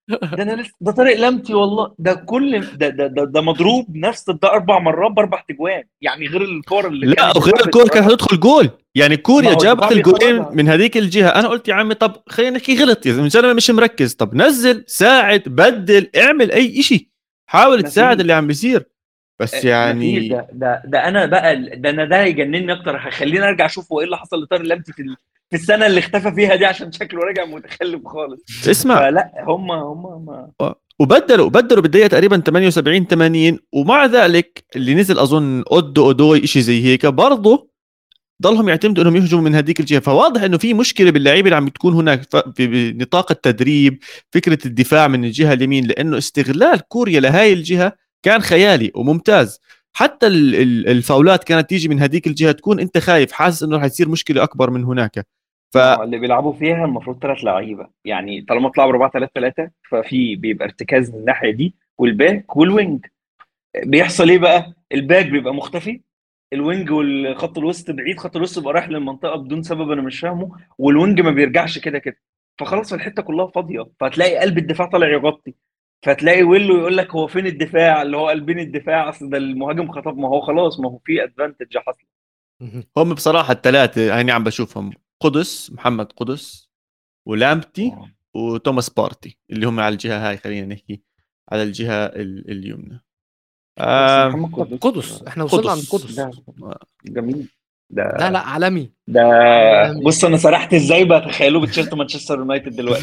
ده انا لسه ده طارق لمتي والله، ده كل ده ده ده, ده مضروب نفس ده اربع مرات باربع تجوان، يعني غير الكور اللي لا كانت وغير دفاع الكور كان بيخرجها. هتدخل جول، يعني ما كوريا هو الدفاع جابت الجولين بيخرجها. من هذيك الجهه. انا قلت يا عمي طب خلينا نحكي غلط يا زلمه، انا مش مركز، طب نزل ساعد بدل اعمل اي إشي، حاول ما تساعد فيش اللي عم بيصير. بس ما فيش يعني ده ده ده انا بقى ده انا ده هيجنني اكتر، هيخليني ارجع اشوف هو ايه اللي حصل لطارق لمتي في ال- في السنه اللي اختفى فيها دي، عشان شكله راجع متخلف خالص. اسمع، فلا هم هم ما وبدلوا بدلوا بالدقيقه تقريبا ثمانية وسبعين ثمانين، ومع ذلك اللي نزل اظن اودو اودوي شيء زي هيك برضه ضلهم يعتمدوا انهم يهجموا من هذيك الجهه. فواضح انه في مشكله باللعيبه اللي عم تكون هناك ف- في بنطاق التدريب، فكره الدفاع من الجهه اليمين، لانه استغلال كوريا لهاي الجهه كان خيالي وممتاز. حتى ال- ال- الفاولات كانت تيجي من هذيك الجهه، تكون انت خايف حاسس انه رح تصير مشكله اكبر من هناك. ف ما هو اللي بيلعبوا فيها المفروض ثلاث لعيبه، يعني طالما طلعوا أربعة ثلاثة ثلاثة ففي بيبقى ارتكاز من الناحيه دي والباك والوينج. بيحصل ايه بقى؟ الباك بيبقى مختفي، الوينج والخط الوسط بعيد، خط الوسط بيبقى رايح للمنطقه بدون سبب انا مش فاهمه، والوينج ما بيرجعش كده كده، فخلاص الحته كلها فاضيه، فهتلاقي قلب الدفاع طالع يغطي، فتلاقي ويلو يقول لك هو فين الدفاع اللي هو قلبين الدفاع، اصل ده المهاجم خطف، ما هو خلاص ما هو في ادفانتج حصل. هم بصراحه الثلاثه هيني عم بشوفهم، قدس محمد قدس ولامتي وتوماس بارتي اللي هم على الجهه هاي، خلينا نحكي على الجهه ال- اليمنى. بس آه محمد قدس قدس احنا وصلنا عند قدس قدس. ده جميل ده لا لا عالمي ده عالمي. بص انا سرحت ازاي بتخيلوا بتشيرت مانشستر يونايتد دلوقتي.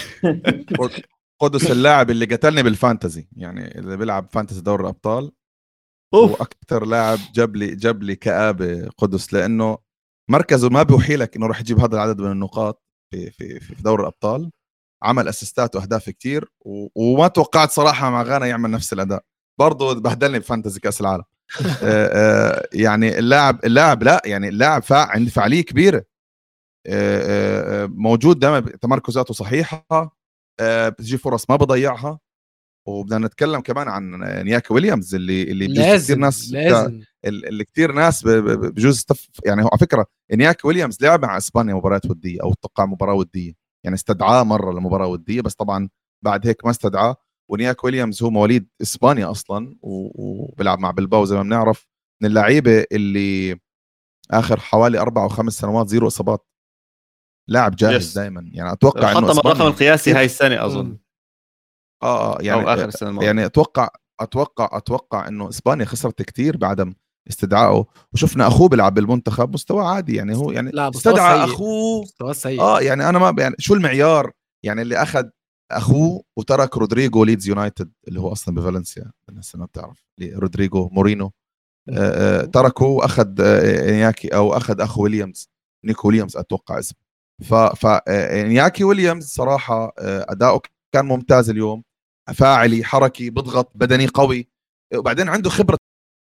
قدس اللاعب اللي قتلني بالفانتزي، يعني اللي بيلعب فانتزي دوري الابطال هو اوف اكثر لاعب جاب لي جاب لي كآبه قدس، لانه مركزه ما بيوحي لك انه راح يجيب هذا العدد من النقاط في في في دوري الابطال. عمل اسيستات واهداف كتير و... وما توقعت صراحه مع غانا يعمل نفس الاداء، برضه بهدلني بفانتزي كاس العالم. آه، آه، يعني اللاعب اللاعب لا يعني اللاعب فا عنده فعاليه كبيره، آه، آه، موجود دائما، تمركزاته صحيحه، آه، بتجي فرص ما بضيعها. وبدنا نتكلم كمان عن نياك ويليامز اللي اللي بجوز كثير لازم ناس لازم اللي كثير ناس ب- ب- بجوز استف... يعني هو على فكره نياك ويليامز لعب مع اسبانيا مباريات وديه او توقع مباراه وديه، يعني استدعاه مره لمباراه وديه، بس طبعا بعد هيك ما استدعاه. ونياك ويليامز هو مواليد اسبانيا اصلا و- وبيلعب مع بلباو زي ما بنعرف، من اللعيبه اللي اخر حوالي اربع او خمس سنوات زيرو اصابات، لاعب جاهز يس، دائما. يعني اتوقع انه حطم الرقم اسبانيا القياسي كتير- هاي السنه اظن، اه اه يعني او اخر السنه الماضيه. يعني اتوقع اتوقع اتوقع انه اسبانيا خسرت كتير بعدم استدعائه، وشفنا اخوه بيلعب بالمنتخب مستوى عادي، يعني هو يعني لا مستوى استدعى سيء، اخوه. مستوى سيء. اه يعني انا ما يعني شو المعيار يعني اللي اخذ اخوه وترك رودريجو ليدز يونايتد اللي هو اصلا بفالنسيا، الناس ما بتعرف رودريجو مورينو، آه آه تركه واخذ آه انياكي او اخذ اخو ويليامز، نيكو ويليامز اتوقع اسمه. ف ف آه انياكي ويليامز صراحه آه اداؤه كان ممتاز اليوم، فاعلي حركي بضغط بدني قوي، وبعدين عنده خبره.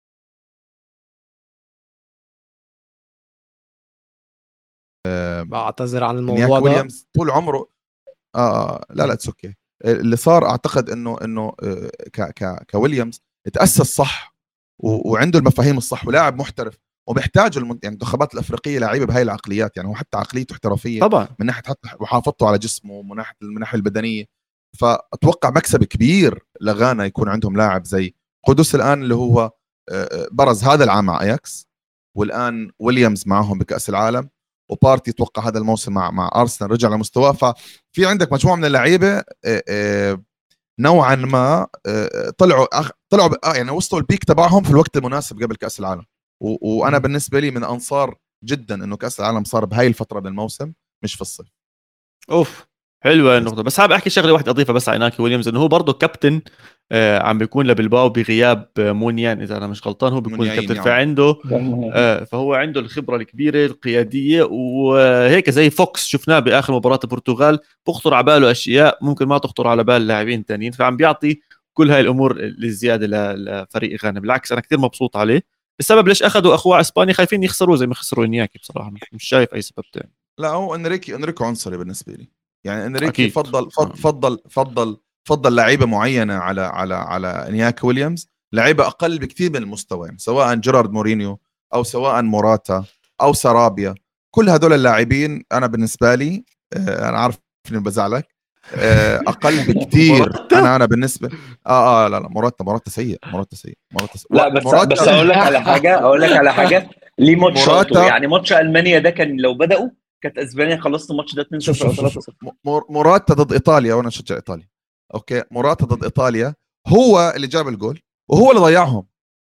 بعتذر عن الموضوع نياك ده. ويليامز طول عمره اه لا لا اتس اوكي. اللي صار اعتقد انه انه آه، ك ك كويليامز تاسس صح و- وعنده المفاهيم الصح ولاعب محترف، وبيحتاج المن... يعني المنتخبات الافريقيه لعيبه بهاي العقليات، يعني هو حتى عقليته احترافيه طبعا من ناحيه حتى محافظته على جسمه ومن ناحيه من الناحيه البدنيه. فاتوقع مكسب كبير لغانا يكون عندهم لاعب زي قدس الان اللي هو آه، آه، برز هذا العام مع اياكس، والان ويليامز معهم بكاس العالم، وبارتي اتوقع هذا الموسم مع مع ارسنال رجع لمستواه. ففي عندك مجموعه من اللعيبه آه، آه، نوعا ما آه، طلعوا أخ... طلعوا ب... آه، يعني وصلوا البيك تبعهم في الوقت المناسب قبل كاس العالم. و... وانا مم. بالنسبه لي من انصار جدا انه كاس العالم صار بهاي الفتره من الموسم مش في الصيف. اوف حلوه النقطه. بس حابب احكي شغله واحده اضيفها بس على ناكي ويليامز، انه هو برضه كابتن آه عم بيكون لبلباو بغياب آه مونيان، اذا انا مش غلطان هو بيكون منيعين، الكابتن، نعم. فعنده آه فهو عنده الخبره الكبيره القياديه، وهيك زي فوكس شفناه باخر مباراه البرتغال، بخطر على باله اشياء ممكن ما تخطر على بال لاعبين تانيين، فعم بيعطي كل هاي الامور الزياده لفريق غانا. بالعكس انا كثير مبسوط عليه. السبب ليش اخذوا اخوه اسبانيا خايفين يخسروا زي ما خسروا انياكي، بصراحه مش, مش شايف اي سبب تاني. لا هو انريكي انريكو عنصري بالنسبه لي، يعني انريكي أكيد. فضل فضل فضل فضل فضل لعيبه معينه على على على انياك ويليامز، لعيبه اقل بكثير من المستوى، يعني سواء جيرارد مورينيو او سواء موراتا او سارابيا، كل هذول اللاعبين انا بالنسبه لي آه، انا عارف اني بزعلك، آه، اقل بكثير. موراتا؟ انا انا بالنسبه اه اه لا لا موراتا موراتا سيء موراتا سيء موراتا سيء. لا بس موراتا بس اقول لك على حاجه اقول لك على حاجه ليه ماتشاته. موراتا يعني ماتش المانيا ده كان لو بداوا كانت اسبانيا خلصت الماتش ده اتنين شوف صفر او شوف شوف ثلاثة شوف. صفر. مور- موراتا ضد ايطاليا وانا اشجع ايطاليا. اوكي موراتا ضد ايطاليا هو اللي جاب الجول وهو اللي ضيعهم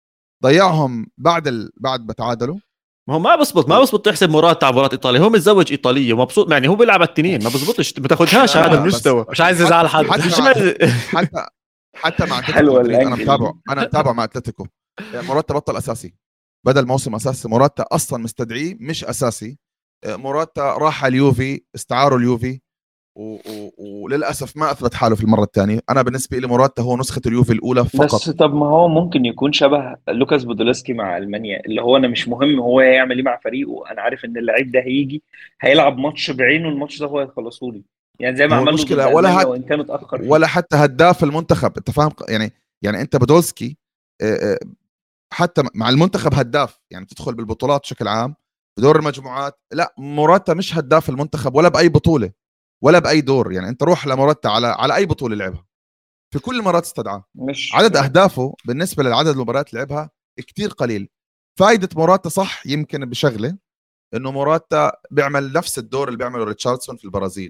ضيعهم بعد ال... بعد ما تعادلوا. ما هو ما بزبط ما بزبط تحسب موراتا على مباراة ايطاليا. هو متزوج ايطاليه ومبسوط يعني، هو بيلعب التنين، ما بزبطش ما تاخذهاش لا، على هذا لا، بس- المستوى. مش عايز يزعل حد. حتى مش مع عايز- حتى حتى مع اتلتيكو حلوة مدريد انا الأنجل. متابع انا متابع مع اتلتيكو. موراتا بطل اساسي بدل موسم اساسي. موراتا اصلا مستدعيه مش اساسي. موراتا راح على اليوفي استعاروا اليوفي و... و... وللاسف ما اثبت حاله في المره الثانيه. انا بالنسبه لي موراتا هو نسخه اليوفي الاولى فقط. بس طب ما هو ممكن يكون شبه لوكاس بودولسكي مع المانيا، اللي هو انا مش مهم هو يعمل ايه مع فريقه، انا عارف ان اللعيب ده هيجي هيلعب ماتش بعينه، الماتش ده هو هيخلصه لي، يعني زي ما هو عمل له ضد المشكله ولا المانيا حتى وان كان اتاخر فيه. ولا حتى هداف المنتخب. انت فاهم يعني يعني انت بودولسكي آه، آه، حتى مع المنتخب هداف، يعني تدخل بالبطولات بشكل عام بدور المجموعات. لا موراتا مش هداف المنتخب ولا باي بطوله ولا باي دور. يعني انت روح لموراتا على على اي بطوله لعبها في كل المرات استدعاه. مش عدد اهدافه بالنسبه للعدد المباريات اللي لعبها كتير قليل. فائده موراتا صح يمكن بشغله انه موراتا بيعمل نفس الدور اللي بيعمله ريتشاردسون في البرازيل.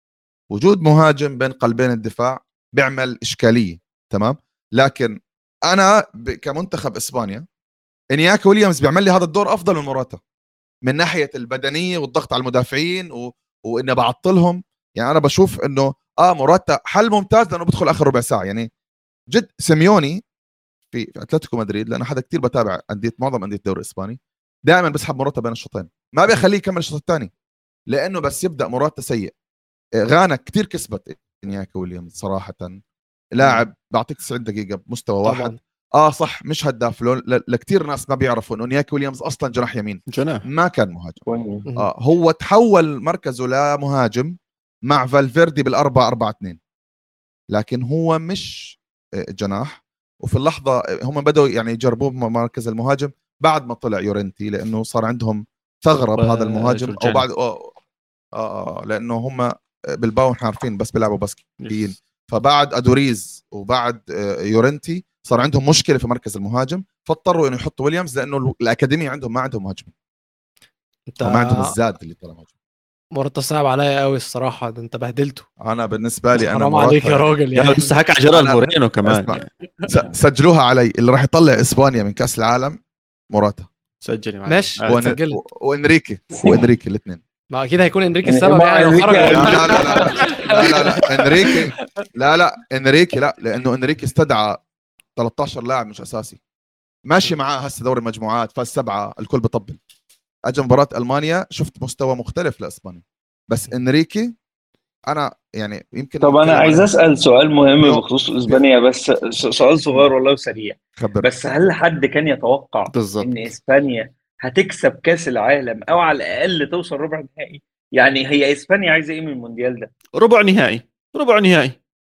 وجود مهاجم بين قلبين الدفاع بيعمل اشكاليه. تمام. لكن انا ب- كمنتخب اسبانيا انياكي ويليامز بيعمل لي هذا الدور افضل من موراتا من ناحيه البدنيه والضغط على المدافعين و... واني بعطلهم. يعني انا بشوف انه اه موراتا حل ممتاز لانه بدخل اخر ربع ساعه. يعني جد سيميوني في, في اتلتيكو مدريد، لانه حدا كتير بتابع انديه معظم انديه الدوري الاسباني، دائما بسحب موراتا بين الشوطين، ما بيخليه يكمل الشوط الثاني لانه بس يبدا موراتا سيء. غانا كتير كسبت انياكي ويليامز صراحه، لاعب بعطيك تسعين دقيقه بمستوى طبعاً. واحد. اه صح مش هداف لو ل- لكتير ناس ما بيعرفوا انه انياكي ويليامز اصلا جناح يمين جناح. ما كان مهاجم. مهم. اه هو تحول مركزه لمهاجم مع فالفيردي بالأربعة أربعة اثنين، لكن هو مش آه، جناح. وفي اللحظة آه، هم بدأوا يعني يجربوه بمركز المهاجم بعد ما طلع يورنتي، لأنه صار عندهم ثغرة بهذا المهاجم. أو جورجيني. بعد آه, آه, آه لأنه هم بالباو احنا عارفين بس بيلعبوا باسكيين. فبعد أدوريز وبعد آه يورنتي صار عندهم مشكلة في مركز المهاجم، فاضطروا إنه يحطوا ويليامز لأنه الأكاديمية عندهم ما عندهم مهاجم انت وما عندهم الزاد اللي طلع مهاجم. مرات صعب عليا قوي الصراحه، ده انت بهدلته. انا بالنسبه لي انا حرام عليك موراتا يا يعني راجل يا يعني. لسه حكى على جيرارد أنا- مورينو كمان اسمع. يعني. س- سجلوها علي، اللي راح يطلع اسبانيا من كاس العالم موراتا سجلي معي. ماشي. آه، وأنا- وإن... سجلت. و- وانريكي وانريكي الاثنين. ما اكيد هيكون انريكي يعني السبب مع يعني لو إنريكي- خرج. لا لا لا لا لا لا لا انريكي لا لا انريكي لا، لانه انريكي استدعى ثلاثة عشر لاعب مش اساسي، ماشي معاه هسه دوري المجموعات، فاز سبعه الكل بطبل. اجى مباراه المانيا شفت مستوى مختلف لاسبانيا. بس انريكي انا يعني يمكن طب انا نتكلم عايز عليها. اسال سؤال مهم يو- بخصوص اسبانيا، بس س- سؤال صغير والله وسريع. خبر بس هل حد كان يتوقع بالضبط. ان اسبانيا هتكسب كاس العالم او على الاقل توصل ربع نهائي؟ يعني هي اسبانيا عايزه ايه من المونديال ده؟ ربع نهائي ربع نهائي.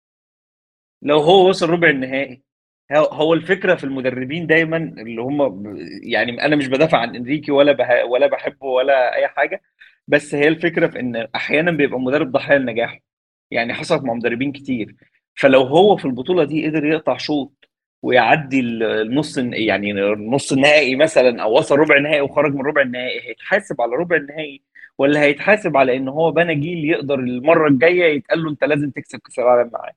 لو هو وصل ربع النهائي، هو هو الفكره في المدربين دايما اللي هم ب- يعني انا مش بدافع عن انريكي ولا بح ولا بحبه ولا اي حاجه، بس هي الفكره في ان احيانا بيبقى مدرب ضحيه لنجاحه. يعني حصلت مع مدربين كتير. فلو هو في البطوله دي قدر يقطع شوط ويعدي ال- النص الن- يعني النص النهائي مثلا، او وصل ربع النهائي وخرج من ربع النهائي، هيتحاسب على ربع النهائي ولا هيتحاسب على ان هو بنى جيل يقدر المره الجايه يتقال له انت لازم تكسب كاس العالم معاه؟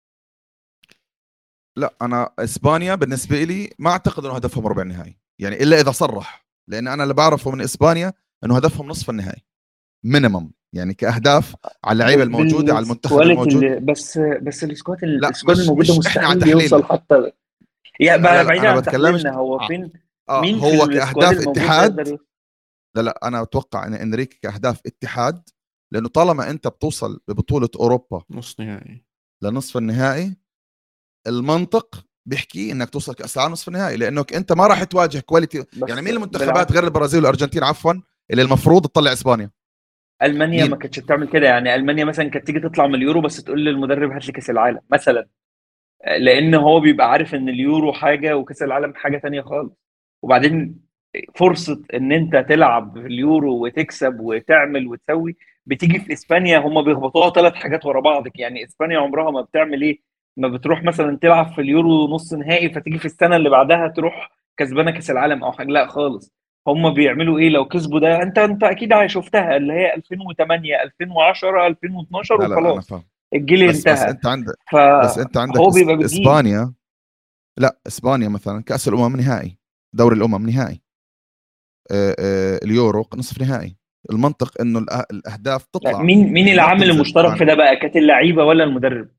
لا انا اسبانيا بالنسبه لي ما اعتقد انه هدفهم ربع النهائي، يعني الا اذا صرح، لان انا اللي بعرفه من اسبانيا انه هدفهم نصف النهائي مينيمم، يعني كاهداف على اللعيبه الموجوده على المنتخب بالكواليتي الموجود. اللي بس بس السكواد لا السكواد مش الموجوده مش احنا على مستحيل يوصل تحليلنا. حتى. يعني لا لا, لا بعيدا انا عن بتكلمش تحليلنا، هو آه. فين آه مين هو في السكواد كاهداف الموجود اتحاد. يقدر؟ لا لا انا اتوقع ان انريكي كاهداف اتحاد، لانه طالما انت بتوصل ببطوله اوروبا نص نهائي. لنصف النهائي، المنطق بيحكي انك توصل كاس العالم نصف النهائي، لانك انت ما راح تواجه كواليتي. بس يعني مين المنتخبات بالعكس. غير البرازيل والارجنتين عفوا اللي المفروض تطلع اسبانيا؟ المانيا مين؟ ما كانتش بتعمل كده. يعني المانيا مثلا كانت تيجي تطلع من اليورو بس تقول للمدرب هات لي كاس العالم مثلا، لان هو بيبقى عارف ان اليورو حاجه وكاس العالم حاجه تانية خالص. وبعدين فرصه ان انت تلعب في اليورو وتكسب وتعمل وتسوي بتيجي في اسبانيا هم بيخبطوها ثلاث حاجات ورا بعض. يعني اسبانيا عمرها ما بتعمل ايه، ما بتروح مثلا تلعب في اليورو نص نهائي فتيجي في السنه اللي بعدها تروح كسبانه كاس العالم او حاجه، لا خالص. هم بيعملوا ايه لو كسبوا ده؟ انت انت اكيد شفتها اللي هي ألفين وثمانية ألفين وعشرة ألفين واثناشر لا لا لا انا وخلاص فاهم. الجيل بس بس انتهى. انت عندك بس انت عندك فهو إس- بيبقى بجيل. اسبانيا، لا اسبانيا مثلا كاس الامم نهائي، دوري الامم نهائي، آه، آه، اليورو نصف نهائي. المنطق انه الأ- الاهداف تطلع، مين مين يعني ما العامل بتنزل المشترك يعني في ده بقى؟ كانت اللعيبه ولا المدرب؟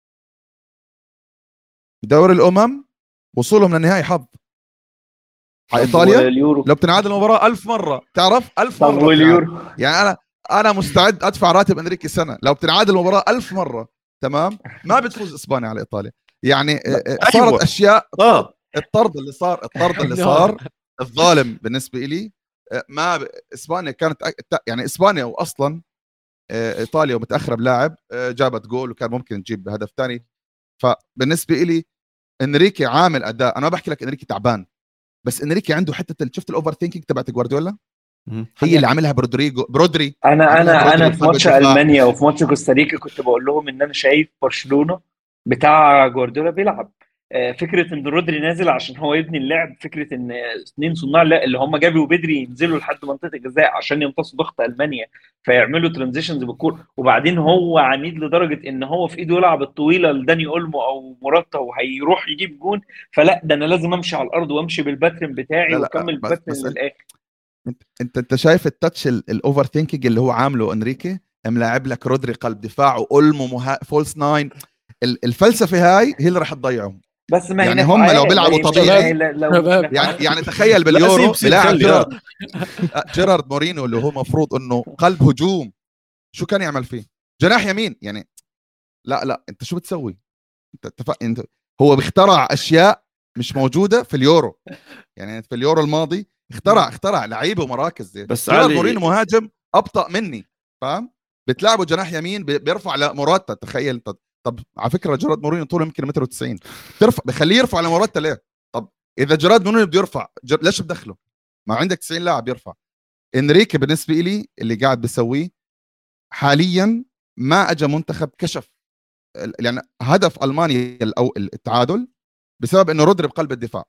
دوري الامم وصولهم للنهائي حظ. على طب ايطاليا واليورو؟ لو بتنعادل المباراه ألف مره، تعرف ألف طب مره بتنعادل. واليورو؟ يعني انا انا مستعد ادفع راتب انريكي سنه لو بتنعادل المباراه ألف مره، تمام، ما بتفوز اسبانيا على ايطاليا. يعني آه، آه، صارت أيوة. اشياء. اه الطرد اللي صار الطرد اللي صار الظالم بالنسبه لي. آه، ما ب... اسبانيا كانت أك- يعني اسبانيا واصلا آه، ايطاليا ومتاخره بلاعب آه، جابت جول وكان ممكن تجيب هدف ثاني. فبالنسبه لي انريكي عامل اداء، انا ما بحكي لك انريكي تعبان، بس انريكي عنده حته ال- شفت الاوفر ثينكينج تبعت جوارديولا، هي اللي عاملها برودريجو برودري انا عاملها انا برودري انا في بقلب ماتش الدفاع. المانيا وفي ماتش كوستاريكا كنت بقول لهم ان انا شايف برشلونه بتاع جوارديولا بيلعب. آه، فكره ان رودري نازل عشان هو يبني اللعب، فكره ان اثنين صناع لا اللي هم جابي وبدري ينزلوا لحد منطقه الجزاء عشان يمتصوا ضغط المانيا فيعملوا ترانزيشنز بالكوره. وبعدين هو عنيد لدرجه ان هو في ايده يلعب الطويله لداني اولمو او موراتا وهيروح يجيب جون، فلا ده انا لازم امشي على الارض وامشي بالباترن بتاعي لا لا واكمل بس الباترن بس للاخر. انت انت انت شايف التاتش الاوفر ثينكينج اللي هو عامله انريكي، ملاعب لك رودري قلب دفاع واولمو مها... فولس ناين. ال- الفلسفه هاي هي اللي راح تضيعهم. بس ما هي يعني هم لو نافعه، ما بيلعبوا هي ما هي ما هي طبيعي، لو مش شباب. يعني نافعه. يعني تخيل لا باليورو سيب سيب بلاعب خلي جيرارد آه. جيرارد مورينو اللي هو مفروض انه قلب هجوم، شو كان يعمل فيه؟ جناح يمين يعني. لا لا انت شو بتسوي؟ انت, تف... انت هو بيخترع اشياء مش موجوده في اليورو. يعني في اليورو الماضي اخترع اخترع لعيبه ومراكز. بس جيرارد علي مورينو مهاجم ابطا مني، فاهم؟ بتلعبوا جناح يمين بي- بيرفع لموراتا، تخيل انت. طب على فكره جيرارد مورينو طوله يمكن متر وتسعين، ترفع بخليه يرفع لموراتا ليه؟ طب اذا جيرارد مورينو بده يرفع جر... ليش بدخله؟ ما عندك تسعين لاعب يرفع. انريكي بالنسبه لي اللي قاعد بيسويه حاليا، ما اجى منتخب كشف يعني هدف المانيا او التعادل بسبب انه رودري بقلب الدفاع.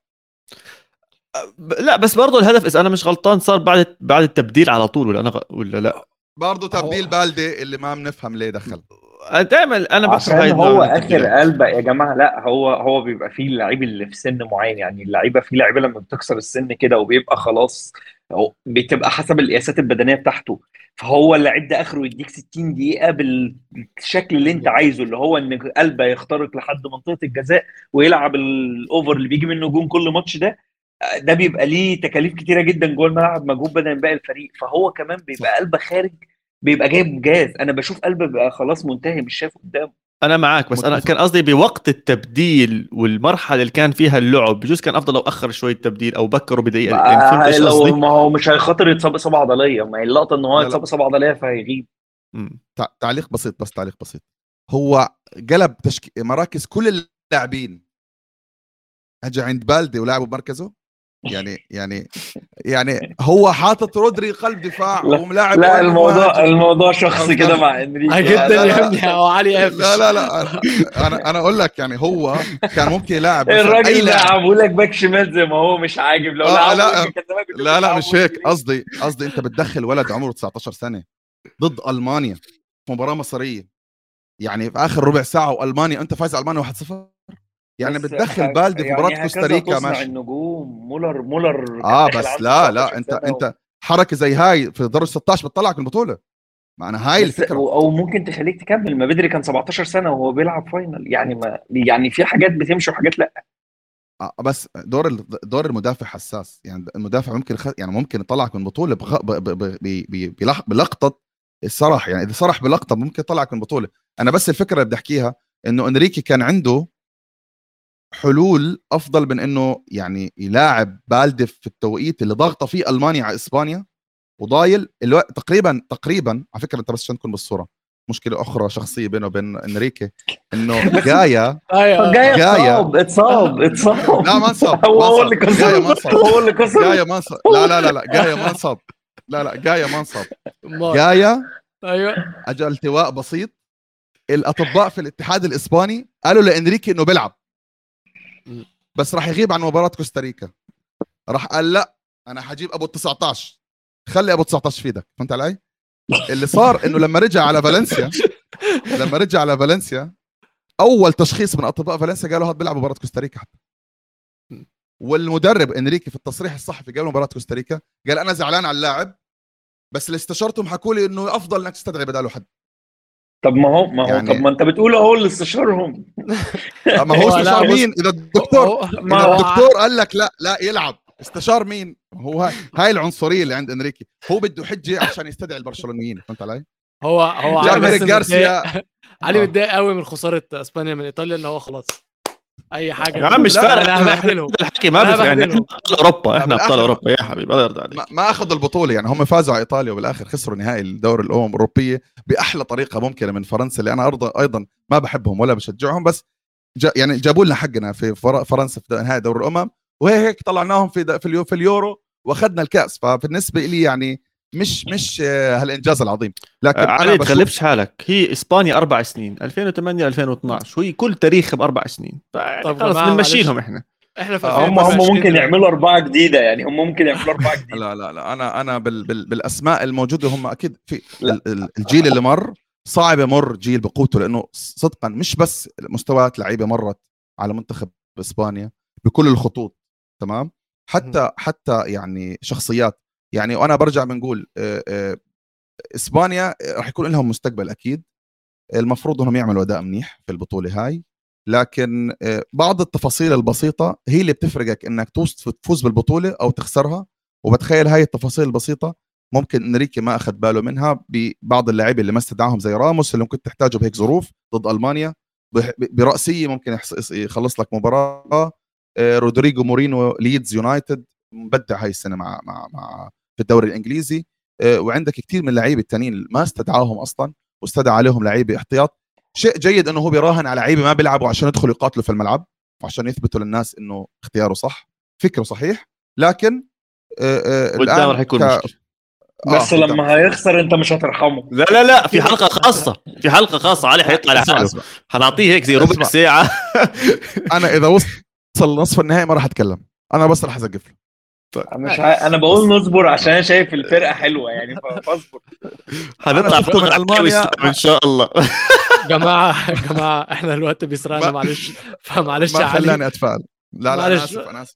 لا بس برضه الهدف اذا انا مش غلطان صار بعد بعد التبديل على طول، ولا انا غ... ولا لا؟ برضه تبديل بالدي اللي ما بنفهم ليه دخل. دائما انا بكره هاي عشان النوع هو من اخر التبديلات. قلب يا جماعه. لا هو هو بيبقى فيه اللعيب اللي في سن معين، يعني اللعيبه في لعيبه لما بتكسر السن كده وبيبقى خلاص هو بتبقى حسب القياسات البدنيه بتاعته. فهو اللعيب ده اخره يديك ستين دقيقه بالشكل اللي انت عايزه، اللي هو ان قلبه يخترق لحد منطقه الجزاء ويلعب الاوفر اللي بيجي منه جون كل ماتش ده. ده بيبقى ليه تكاليف كتيره جدا جوه الملعب، مجهود بدني باقي الفريق. فهو كمان بيبقى قلبه خارج بيبقى جايب جاز. انا بشوف قلبه بيبقى خلاص منتهي مش شايف قدامه. انا معك، بس انا متفق. كان قصدي بوقت التبديل والمرحله اللي كان فيها اللعب، بجوز كان افضل لو اخر شويه التبديل او بكروا بدقيقه دقيقتين. فهمت بقى ايش لو قصدي؟ ما هو مش هيخاطر يتصاب اصابه عضليه، ما هي اللقطه ان هو لا لا يتصاب اصابه عضليه فهيغيب. مم. تع- تعليق بسيط، بس تعليق بسيط. هو قلب تشك... مراكز كل اللاعبين، اجى عند بالدي ولعبوا بمركزه. يعني يعني يعني هو حاطط رودري قلب دفاع لا وملاعب لا اولمو الموضوع مهاجم. الموضوع شخصي كده لا مع انريكي. جدا لا يا لا ابني او علي لا قافش. لا لا انا انا اقول لك يعني هو كان ممكن يلعب مثلا اي الراجل لاعب. لعبه لك باك شمال زي ما هو مش عاجب، لو اه لعبه لا وينج كان زمان بتقول لا لا لعبه مش وينج هيك ليه؟ قصدي. قصدي انت بتدخل ولد عمره تسعتاشر سنه ضد المانيا في مباراه مصريه، يعني في اخر ربع ساعه والمانيا انت فايز على المانيا واحد صفر. يعني بس ه... بتدخل بالدي في مباراه يعني هكذا كوستاريكا تصنع ماشي. النجوم. مولر مولر كان اه داخل بس عنده لا لا تسعتاشر انت سنه و... انت حركه زي هاي في دور ستاشر بتطلعك من البطوله. ما انا هاي بس الفكره. او ممكن تخليك تكمل. ما بدري كان سبعتاشر سنه وهو بيلعب فاينل، يعني ما يعني في حاجات بتمشي وحاجات لا. آه بس دور ال- دور المدافع حساس. يعني المدافع ممكن خ... يعني ممكن يطلعك من البطوله بغ... ب... ب... ب... ب... ب... بلح... بلقطه الصراح. يعني اذا صرح بلقطه ممكن يطلعك من البطوله. انا بس الفكره اللي بدي احكيها انه انريكي كان عنده حلول افضل من انه يعني يلاعب بالدي في التوقيت اللي ضاغطه فيه المانيا على اسبانيا وضايل الوقت تقريبا تقريبا. على فكره انت بس عشان تكون بالصوره، مشكله اخرى شخصيه بينه وبين انريكي انه جايا ايوه جاي جاية. اتصاب اتصاب اتصاب لا ما انصب هو ما هو انصب اللي جاية ما كسر انصب هو اللي كسر جاية ما انصب لا لا لا لا جاية ما انصب لا لا جاية ما انصب ما جاية ايوه اجى التواء بسيط. الاطباء في الاتحاد الاسباني قالوا لانريكي انه بيلعب بس راح يغيب عن مباراه كوستاريكا. راح قال لا انا حجيب ابو تسعتاشر، خلي ابو تسعتاشر في ايدك. فهمت علي؟ اللي صار انه لما رجع على فالنسيا لما رجع على فالنسيا اول تشخيص من اطباء فالنسيا قالوا هذا بيلعب مباراه كوستاريكا حتى. والمدرب انريكي في التصريح الصحفي قبل مباراه كوستاريكا قال انا زعلان على اللاعب بس اللي استشرتهم حكوا لي انه افضل انك تستدعي بداله حد. طب ما هو ما هو يعني- طب ما انت بتقول اهو اللي استشارهم. ما هو هو لا، استشار بص- مين؟ اذا الدكتور هو- ما اذا هو الدكتور قال لك لا لا يلعب، استشار مين؟ هو هاي, هاي العنصريه اللي عند انريكي، هو بده حجه عشان يستدعي البرشلونيين. فهمت علي؟ هو هو لا علي إيريك بس جارسيا متضايق- علي آه. متضايق قوي من خساره اسبانيا من ايطاليا ان هو خلاص اي حاجه. يا عم مش لا، فارق، انا احنا هبهدلهم. الحكي ما أنا بيفرق يعني. هبهدلهم. احنا ابطال اوروبا، احنا بالآخر ابطال ما- اوروبا يا حبيبي الله يرضى عليك. ما, ما اخذوا البطوله يعني، هم فازوا على ايطاليا وبالاخر خسروا نهائي الدوري الامم الاوروبيه باحلى طريقه ممكنه من فرنسا اللي انا ارضى ايضا ما بحبهم ولا بشجعهم، بس جا يعني جابوا لنا حقنا في فر- فرنسا في نهائي دوري الامم، وهيك طلعناهم في في, اليو في اليورو واخذنا الكاس. فبالنسبه لي يعني مش مش آه، هالانجاز العظيم. لكن انا علي بشوف تغلبش حالك، هي اسبانيا اربع سنين ألفين وثمانية ألفين واثناشر، وهي كل تاريخ باربع سنين. طب خلص جماعة، بنمشيهم معلش. احنا. احنا في آه، هم ألفين واتنين هم وعشرين ممكن دلوقتي. يعملوا اربعه جديده يعني، هم ممكن يعملوا اربعه جديده. لا لا لا انا انا بال بال بالاسماء الموجوده هم اكيد في لا. ال- ال- الجيل اللي مر صعب يمر جيل بقوته، لانه صدقا مش بس مستويات لعيبه مرت على منتخب اسبانيا بكل الخطوط، تمام، حتى حتى يعني شخصيات. يعني وانا برجع بنقول آه، آه، اسبانيا راح يكون لهم مستقبل اكيد، المفروض انهم يعملوا اداء منيح في البطوله هاي، لكن آه، بعض التفاصيل البسيطه هي اللي بتفرقك انك توص- تفوز بالبطوله او تخسرها. وبتخيل هاي التفاصيل البسيطه ممكن انريكي ما اخذ باله منها ببعض اللاعبين اللي ما استدعاهم زي راموس اللي ممكن تحتاجه بهيك ظروف ضد المانيا بح- براسيه ممكن يحس- يخلص لك مباراه. آه، رودريجو مورينو ليدز يونايتد مبدع هاي السنه مع مع مع في الدوري الانجليزي. آه، وعندك كثير من اللعيبه التانيين ما استدعاهم اصلا واستدعى عليهم لعيبه احتياط. شيء جيد انه هو بيراهن على لعيبه ما بيلعبوا عشان يدخلوا يقاتلوا في الملعب وعشان يثبتوا للناس انه اختياره صح، فكره صحيح. لكن آه آه قدام الان راح يكون ك... مشكله. بس آه، لما هيخسر انت مش هترحمه. لا لا لا، في حلقه خاصه، في حلقه خاصه علي حيطلع اسمع لحاله، اسمع حنعطيه هيك زي ربع اسمع. ساعه. انا اذا وصل نصف النهائي ما راح اتكلم، انا بس راح اسقف له. مش ع... انا بقول نصبر عشان انا شايف الفرقه حلوه يعني، ف- فاصبر. حنطلع أنا شفته من فوق ألمانيا. ان شاء الله. جماعه جماعه احنا الوقت بيسرقنا، ما- معلش فمعلش يا ما علي. خلاني اتفائل. لا لا انا معلش. اسف انا اسف.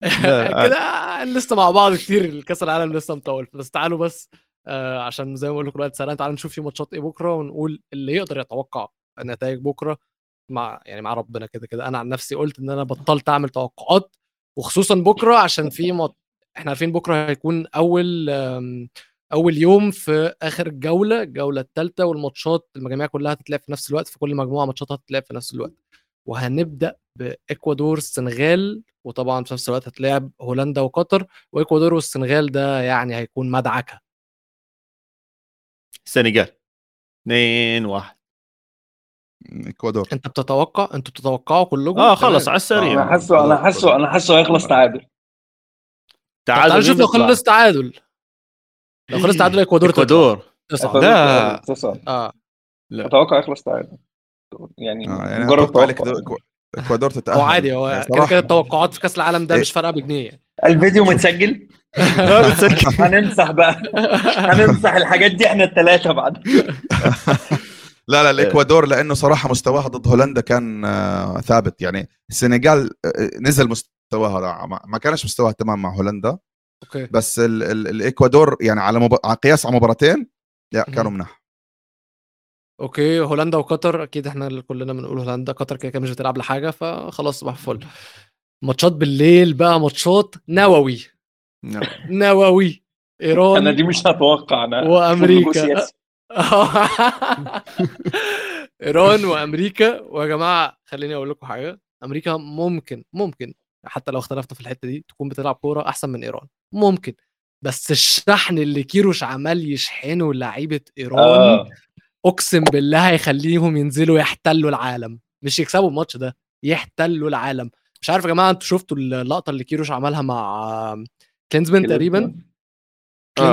لا. كده لسه مع بعض كتير، الكاس العالم لسه مطول، بس تعالوا بس آه عشان زي ما بقول لكم الوقت سرقنا، تعالوا نشوف في ماتشات ايه بكره ونقول اللي يقدر يتوقع نتائج بكره مع يعني مع ربنا. كده كده انا عن نفسي قلت ان انا بطلت اعمل توقعات، وخصوصا بكره عشان في مط... احنا عارفين بكره هيكون اول آم، اول يوم في اخر جوله، الجوله الثالثه، والماتشات المجاميع كلها هتتلعب في نفس الوقت، في كل مجموعه ماتشاتها هتتلعب في نفس الوقت. وهنبدا باكوادور السنغال، وطبعا في نفس الوقت هتلعب هولندا وقطر. واكوادور والسنغال ده يعني هيكون مدعكه. السنغال اثنين واحد. اكوادور. انت بتتوقع انتوا بتتوقعوا كلكم؟ اه خلص تمام. على السريع. انا حاسه انا حاسه انا حاسه هيخلص تعادل. طب تعادل تعال نشوف مين لو بيطلع؟ خلص تعادل، لو خلص تعادل اكوادور تطلع. اكوادور تصعد. لا. تصعد. اه لا اتوقع يخلص تعادل يعني، آه يعني مجرد اتوقع لك توقع. إكوا- اكوادور تتاهل. هو عادي، هو يعني كده صراحة. كده التوقعات في كاس العالم ده إيه. مش فارقه بجنيه يعني. الفيديو متسجل. ما بتسكر. هنمسح بقى، هنمسح الحاجات دي احنا الثلاثه بعد. لا لا الاكوادور لانه صراحه مستواها ضد هولندا كان آه، ثابت. يعني السنغال آه، نزل مستواها، ما ما كانش مستواها تمام مع هولندا، اوكي بس ال ال الاكوادور يعني على, مب... على قياس على مباراتين لا كانوا مهم. منح. اوكي هولندا وقطر اكيد احنا اللي كلنا بنقول هولندا، قطر كده كده مش بتلعب لحاجه فخلاص صباح الفل. ماتشات بالليل بقى، ماتشات نووي نووي ايران انا دي مش هتوقع انا وامريكا. ايران وامريكا. ويا جماعه خليني اقول لكم حاجه، امريكا ممكن ممكن حتى لو اختلفنا في الحته دي تكون بتلعب كوره احسن من ايران ممكن، بس الشحن اللي كيروش عمال يشحنه لعيبه ايران آه. اقسم بالله هيخليهم ينزلوا يحتلوا العالم، مش يكسبوا الماتش ده، يحتلوا العالم. مش عارف يا جماعه انتوا شفتوا اللقطه اللي كيروش عملها مع كلينزمان تقريبا؟ كلينزمان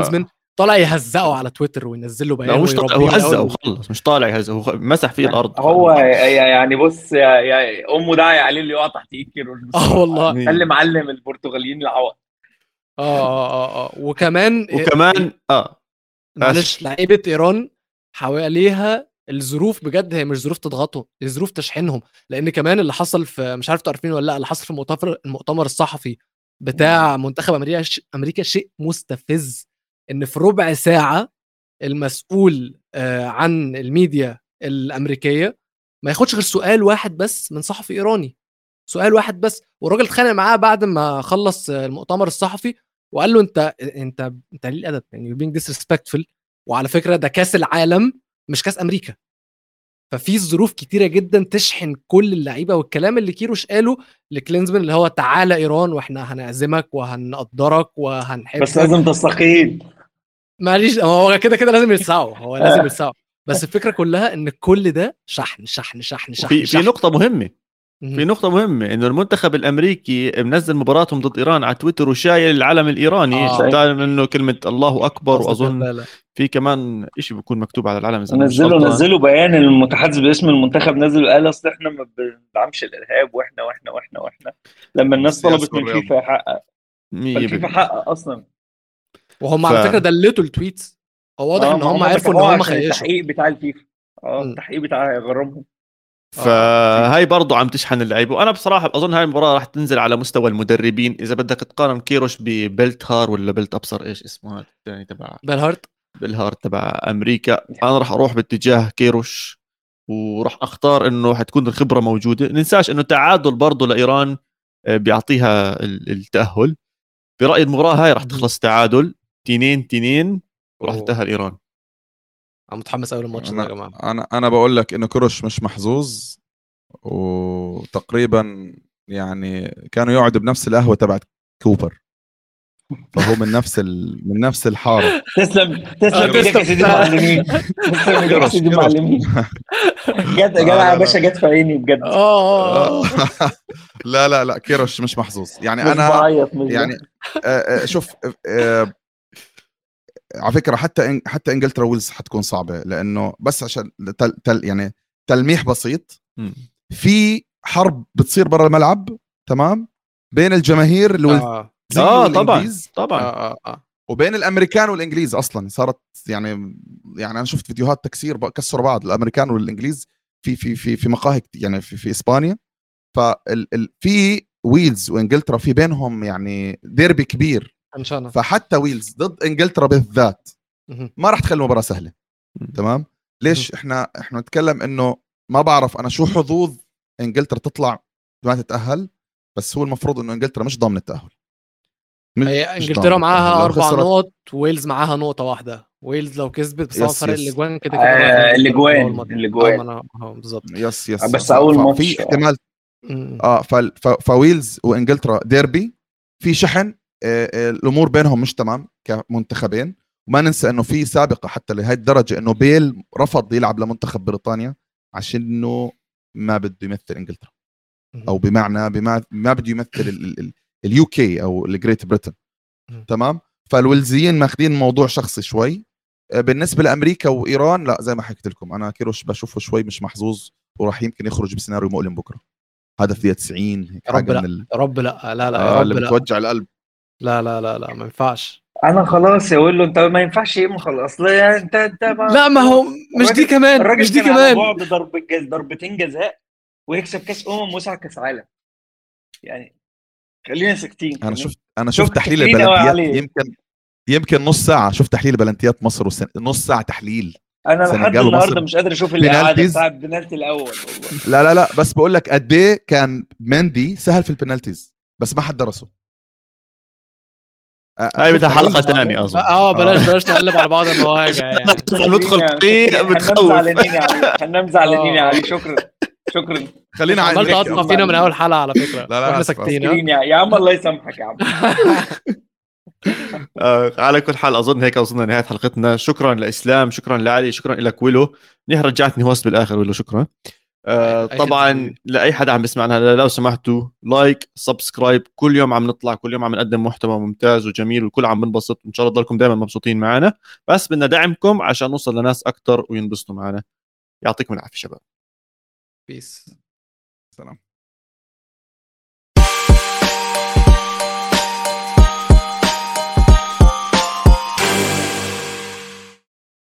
طالع يهزقه على تويتر وينزل له لا بيان مش طالع، هو ويربيه من هزه أول وخلص، مش طالع يهزه، هو مسح فيه الارض. هو يعني بص يا, يا امه داعي عليه اللي يقع تحت ايد كيروش بصراحة. اه والله مية. ده اللي معلم البرتغاليين العوض. اه اه اه اه وكمان وكمان اه معلش لعيبه ايران حواليها الظروف بجد هي مش ظروف تضغطهم، هي ظروف تشحنهم. لان كمان اللي حصل في مش عارف تعرفين ولا لا، اللي حصل في المؤتمر المؤتمر الصحفي بتاع منتخب امريكا امريكا شيء مستفز. ان في ربع ساعه المسؤول آه عن الميديا الامريكيه ما ياخدش غير سؤال واحد بس من صحفي ايراني، سؤال واحد بس. والراجل اتخانق معاه بعد ما خلص المؤتمر الصحفي وقال له انت انت انت ليه الادب يعني being disrespectful. وعلى فكره ده كاس العالم مش كاس امريكا. ففي ظروف كتيره جدا تشحن كل اللعيبه. والكلام اللي كيروش قاله لكلينزمان اللي هو تعالى ايران واحنا هنعزمك وهنقدرك وهنحبك، بس لازم تستقيل. معلش هو كده كده لازم يلسعه، هو لازم يلسعه. بس الفكره كلها ان كل ده شحن شحن شحن شحن في في شحن. نقطة مهمة، مهم. في نقطة مهمة إنه المنتخب الأمريكي منزل مباراتهم ضد إيران على تويتر وشايل العلم الإيراني، آه. تعلم إنه كلمة الله أكبر، قصدك وأظن الزبالة. في كمان إشي بيكون مكتوب على العلم إذا أنا مش نزلوا غلطان. نزلوا بيان المتحدث باسم المنتخب نزل قال اصل احنا ما بندعمش الارهاب واحنا واحنا واحنا واحنا لما الناس والسياسة طلبت من والرياضة. فيفا يحقق، مية فالفيفا بالمية. حقق اصلا. وهم ف- على فكره دلتوا التويتس، هو واضح اه ان ما هم هم عرفوا ان فتحوها هم عشان خيشوا. التحقيق بتاع الفيفا. اه مم. التحقيق بتاع غرامهم. فهاي برضو عم تشحن اللعيبه. وانا بصراحه اظن هاي المباراه راح تنزل على مستوى المدربين. اذا بدك تقارن كيروش ببيلت هار ولا بيلت ابصر ايش اسمه هذا الثاني تبع بالهارت. بالهار تبع امريكا، انا راح اروح باتجاه كيروش، وراح اختار انه حتكون الخبره موجوده. ننساش انه تعادل برضه لايران آه، بيعطيها ال- التاهل. برايي المباراه هاي راح تخلص تعادل تنين تنين وراح أوه. تتاهل ايران. انا متحمس قوي للماتش ده يا انا جماعه. انا انا بقول لك انه كروش مش محظوظ، وتقريبا يعني كانوا يقعدوا بنفس القهوه تبعت كوبر، فهو من نفس ال... من نفس الحاره. تسلم تسلم آه، ايدك يا سيدي تسلم. المعلمين. تسلم ايدك يا كروش سيدي كروش المعلمين. جت آه، جدع يا لا، باشا، لا. جت في عيني بجد. اه لا لا لا كيروش مش محظوظ يعني. مش انا بعيط مش يعني ده. آه، آه، شوف آه، على فكره حتى إن حتى انجلترا ويلز حتكون صعبه، لانه بس عشان تل تل يعني تلميح بسيط، مم. في حرب بتصير برا الملعب تمام بين الجماهير الويلزيه اه اه طبعا والانجليز طبعا اه اه وبين الامريكان والانجليز. اصلا صارت يعني يعني انا شفت فيديوهات تكسير ب- كسروا بعض الامريكان والانجليز في في في في مقاهي كت- يعني في, في اسبانيا. فال ال في ويلز وانجلترا في بينهم يعني ديربي كبير. انشانا. فحتى ويلز ضد انجلترا بالذات مهم. ما راح تخلي المباراه سهله. مم. تمام. ليش احنا احنا نتكلم انه ما بعرف انا شو حظوظ انجلترا تطلع ما تتاهل، بس هو المفروض انه انجلترا مش ضامن التاهل. مش هي ضامن انجلترا التأهل. معاها لو اربع خسرت نقط، ويلز معاها نقطه واحده. ويلز لو كسبت بس طبعا يس فرق يس الاجوان كده كده رايح آه، لانجلترا في الاجوان اول ماتش. اه ما الاجوان انا اه بالظبط. يس يس بس ف- اول ف- ماتش في احتمال مم. اه ف- ف- فويلز وانجلترا ديربي في شحن. آه، آه، الامور بينهم مش تمام كمنتخبين. وما ننسى انه في سابقه حتى لهي الدرجه انه بيل رفض يلعب لمنتخب بريطانيا عشان انه ما بده يمثل انجلترا، او بمعنى بما ما بده يمثل اليو كي او الجريت بريتن. مم. تمام. فالويلزيين ماخذين الموضوع شخصي شوي. آه، بالنسبه لامريكا وايران لا، زي ما حكيت لكم انا كيروش بشوفه شوي مش محظوظ، وراح يمكن يخرج بسيناريو مؤلم بكره. هدف دقيقه تسعين هيك يا رب حاجه لا من ال... يا رب لا لا لا يا آه رب اللي لا بتوجع القلب. لا لا لا لا ما ينفعش. انا خلاص يقول له انت ما ينفعش ايه، ما خلاص اصل يعني انت انت ما لا ما هو خلاص. مش دي الراجل كمان الراجل مش دي كان على كمان بعد ضرب جز ضربتين جزاء ويكسب كاس امم ويصعد كاس عالم. يعني خلينا ساكتين. انا خلينا شفت انا شفت شفت تحليل شاكرين قوي البلنتيات عليه. يمكن يمكن نص ساعه. شفت تحليل بلنتيات مصر وسن... نص ساعه تحليل انا لحد سنغال ومصر النهارده مش قادر اشوف الاعاده بينالتيز. بتاع البنالتي الاول والله. لا لا لا بس بقول لك قد ايه كان مندي سهل في البنالتيز بس ما حد درسه. آه، هاي شفت بدها تحليل؟ حلقه ثانيه اظن. اه بلاش بلاش نقلب على بعض المواجع يعني. ندخل خلينا في هننام بتخوف. زعلانين يا علي، هننام زعلانين يا آه. علي. شكرا شكرا. خلينا عمال نحكي تقطع فينا من اول حلقه على فكره لا لا واحنا آسف، ساكتين ها. مسكين يا يا عم الله يسامحك يا عم. آه، على كل حال اظن هيك وصلنا لنهايه حلقتنا. شكرا لاسلام، شكرا لعلي، شكرا لك ويلو. نهي رجعتني هوست بالاخر ويلو، شكرا. آه أي طبعا خدمة. لاي حدا عم بيسمعنا لو سمحتوا لايك سبسكرايب، كل يوم عم نطلع، كل يوم عم نقدم محتوى ممتاز وجميل والكل عم بنبسط، ان شاء الله تضلكم دائما مبسوطين معنا، بس بدنا دعمكم عشان نوصل لناس اكثر وينبسطوا معنا. يعطيكم العافيه شباب. بيس. سلام.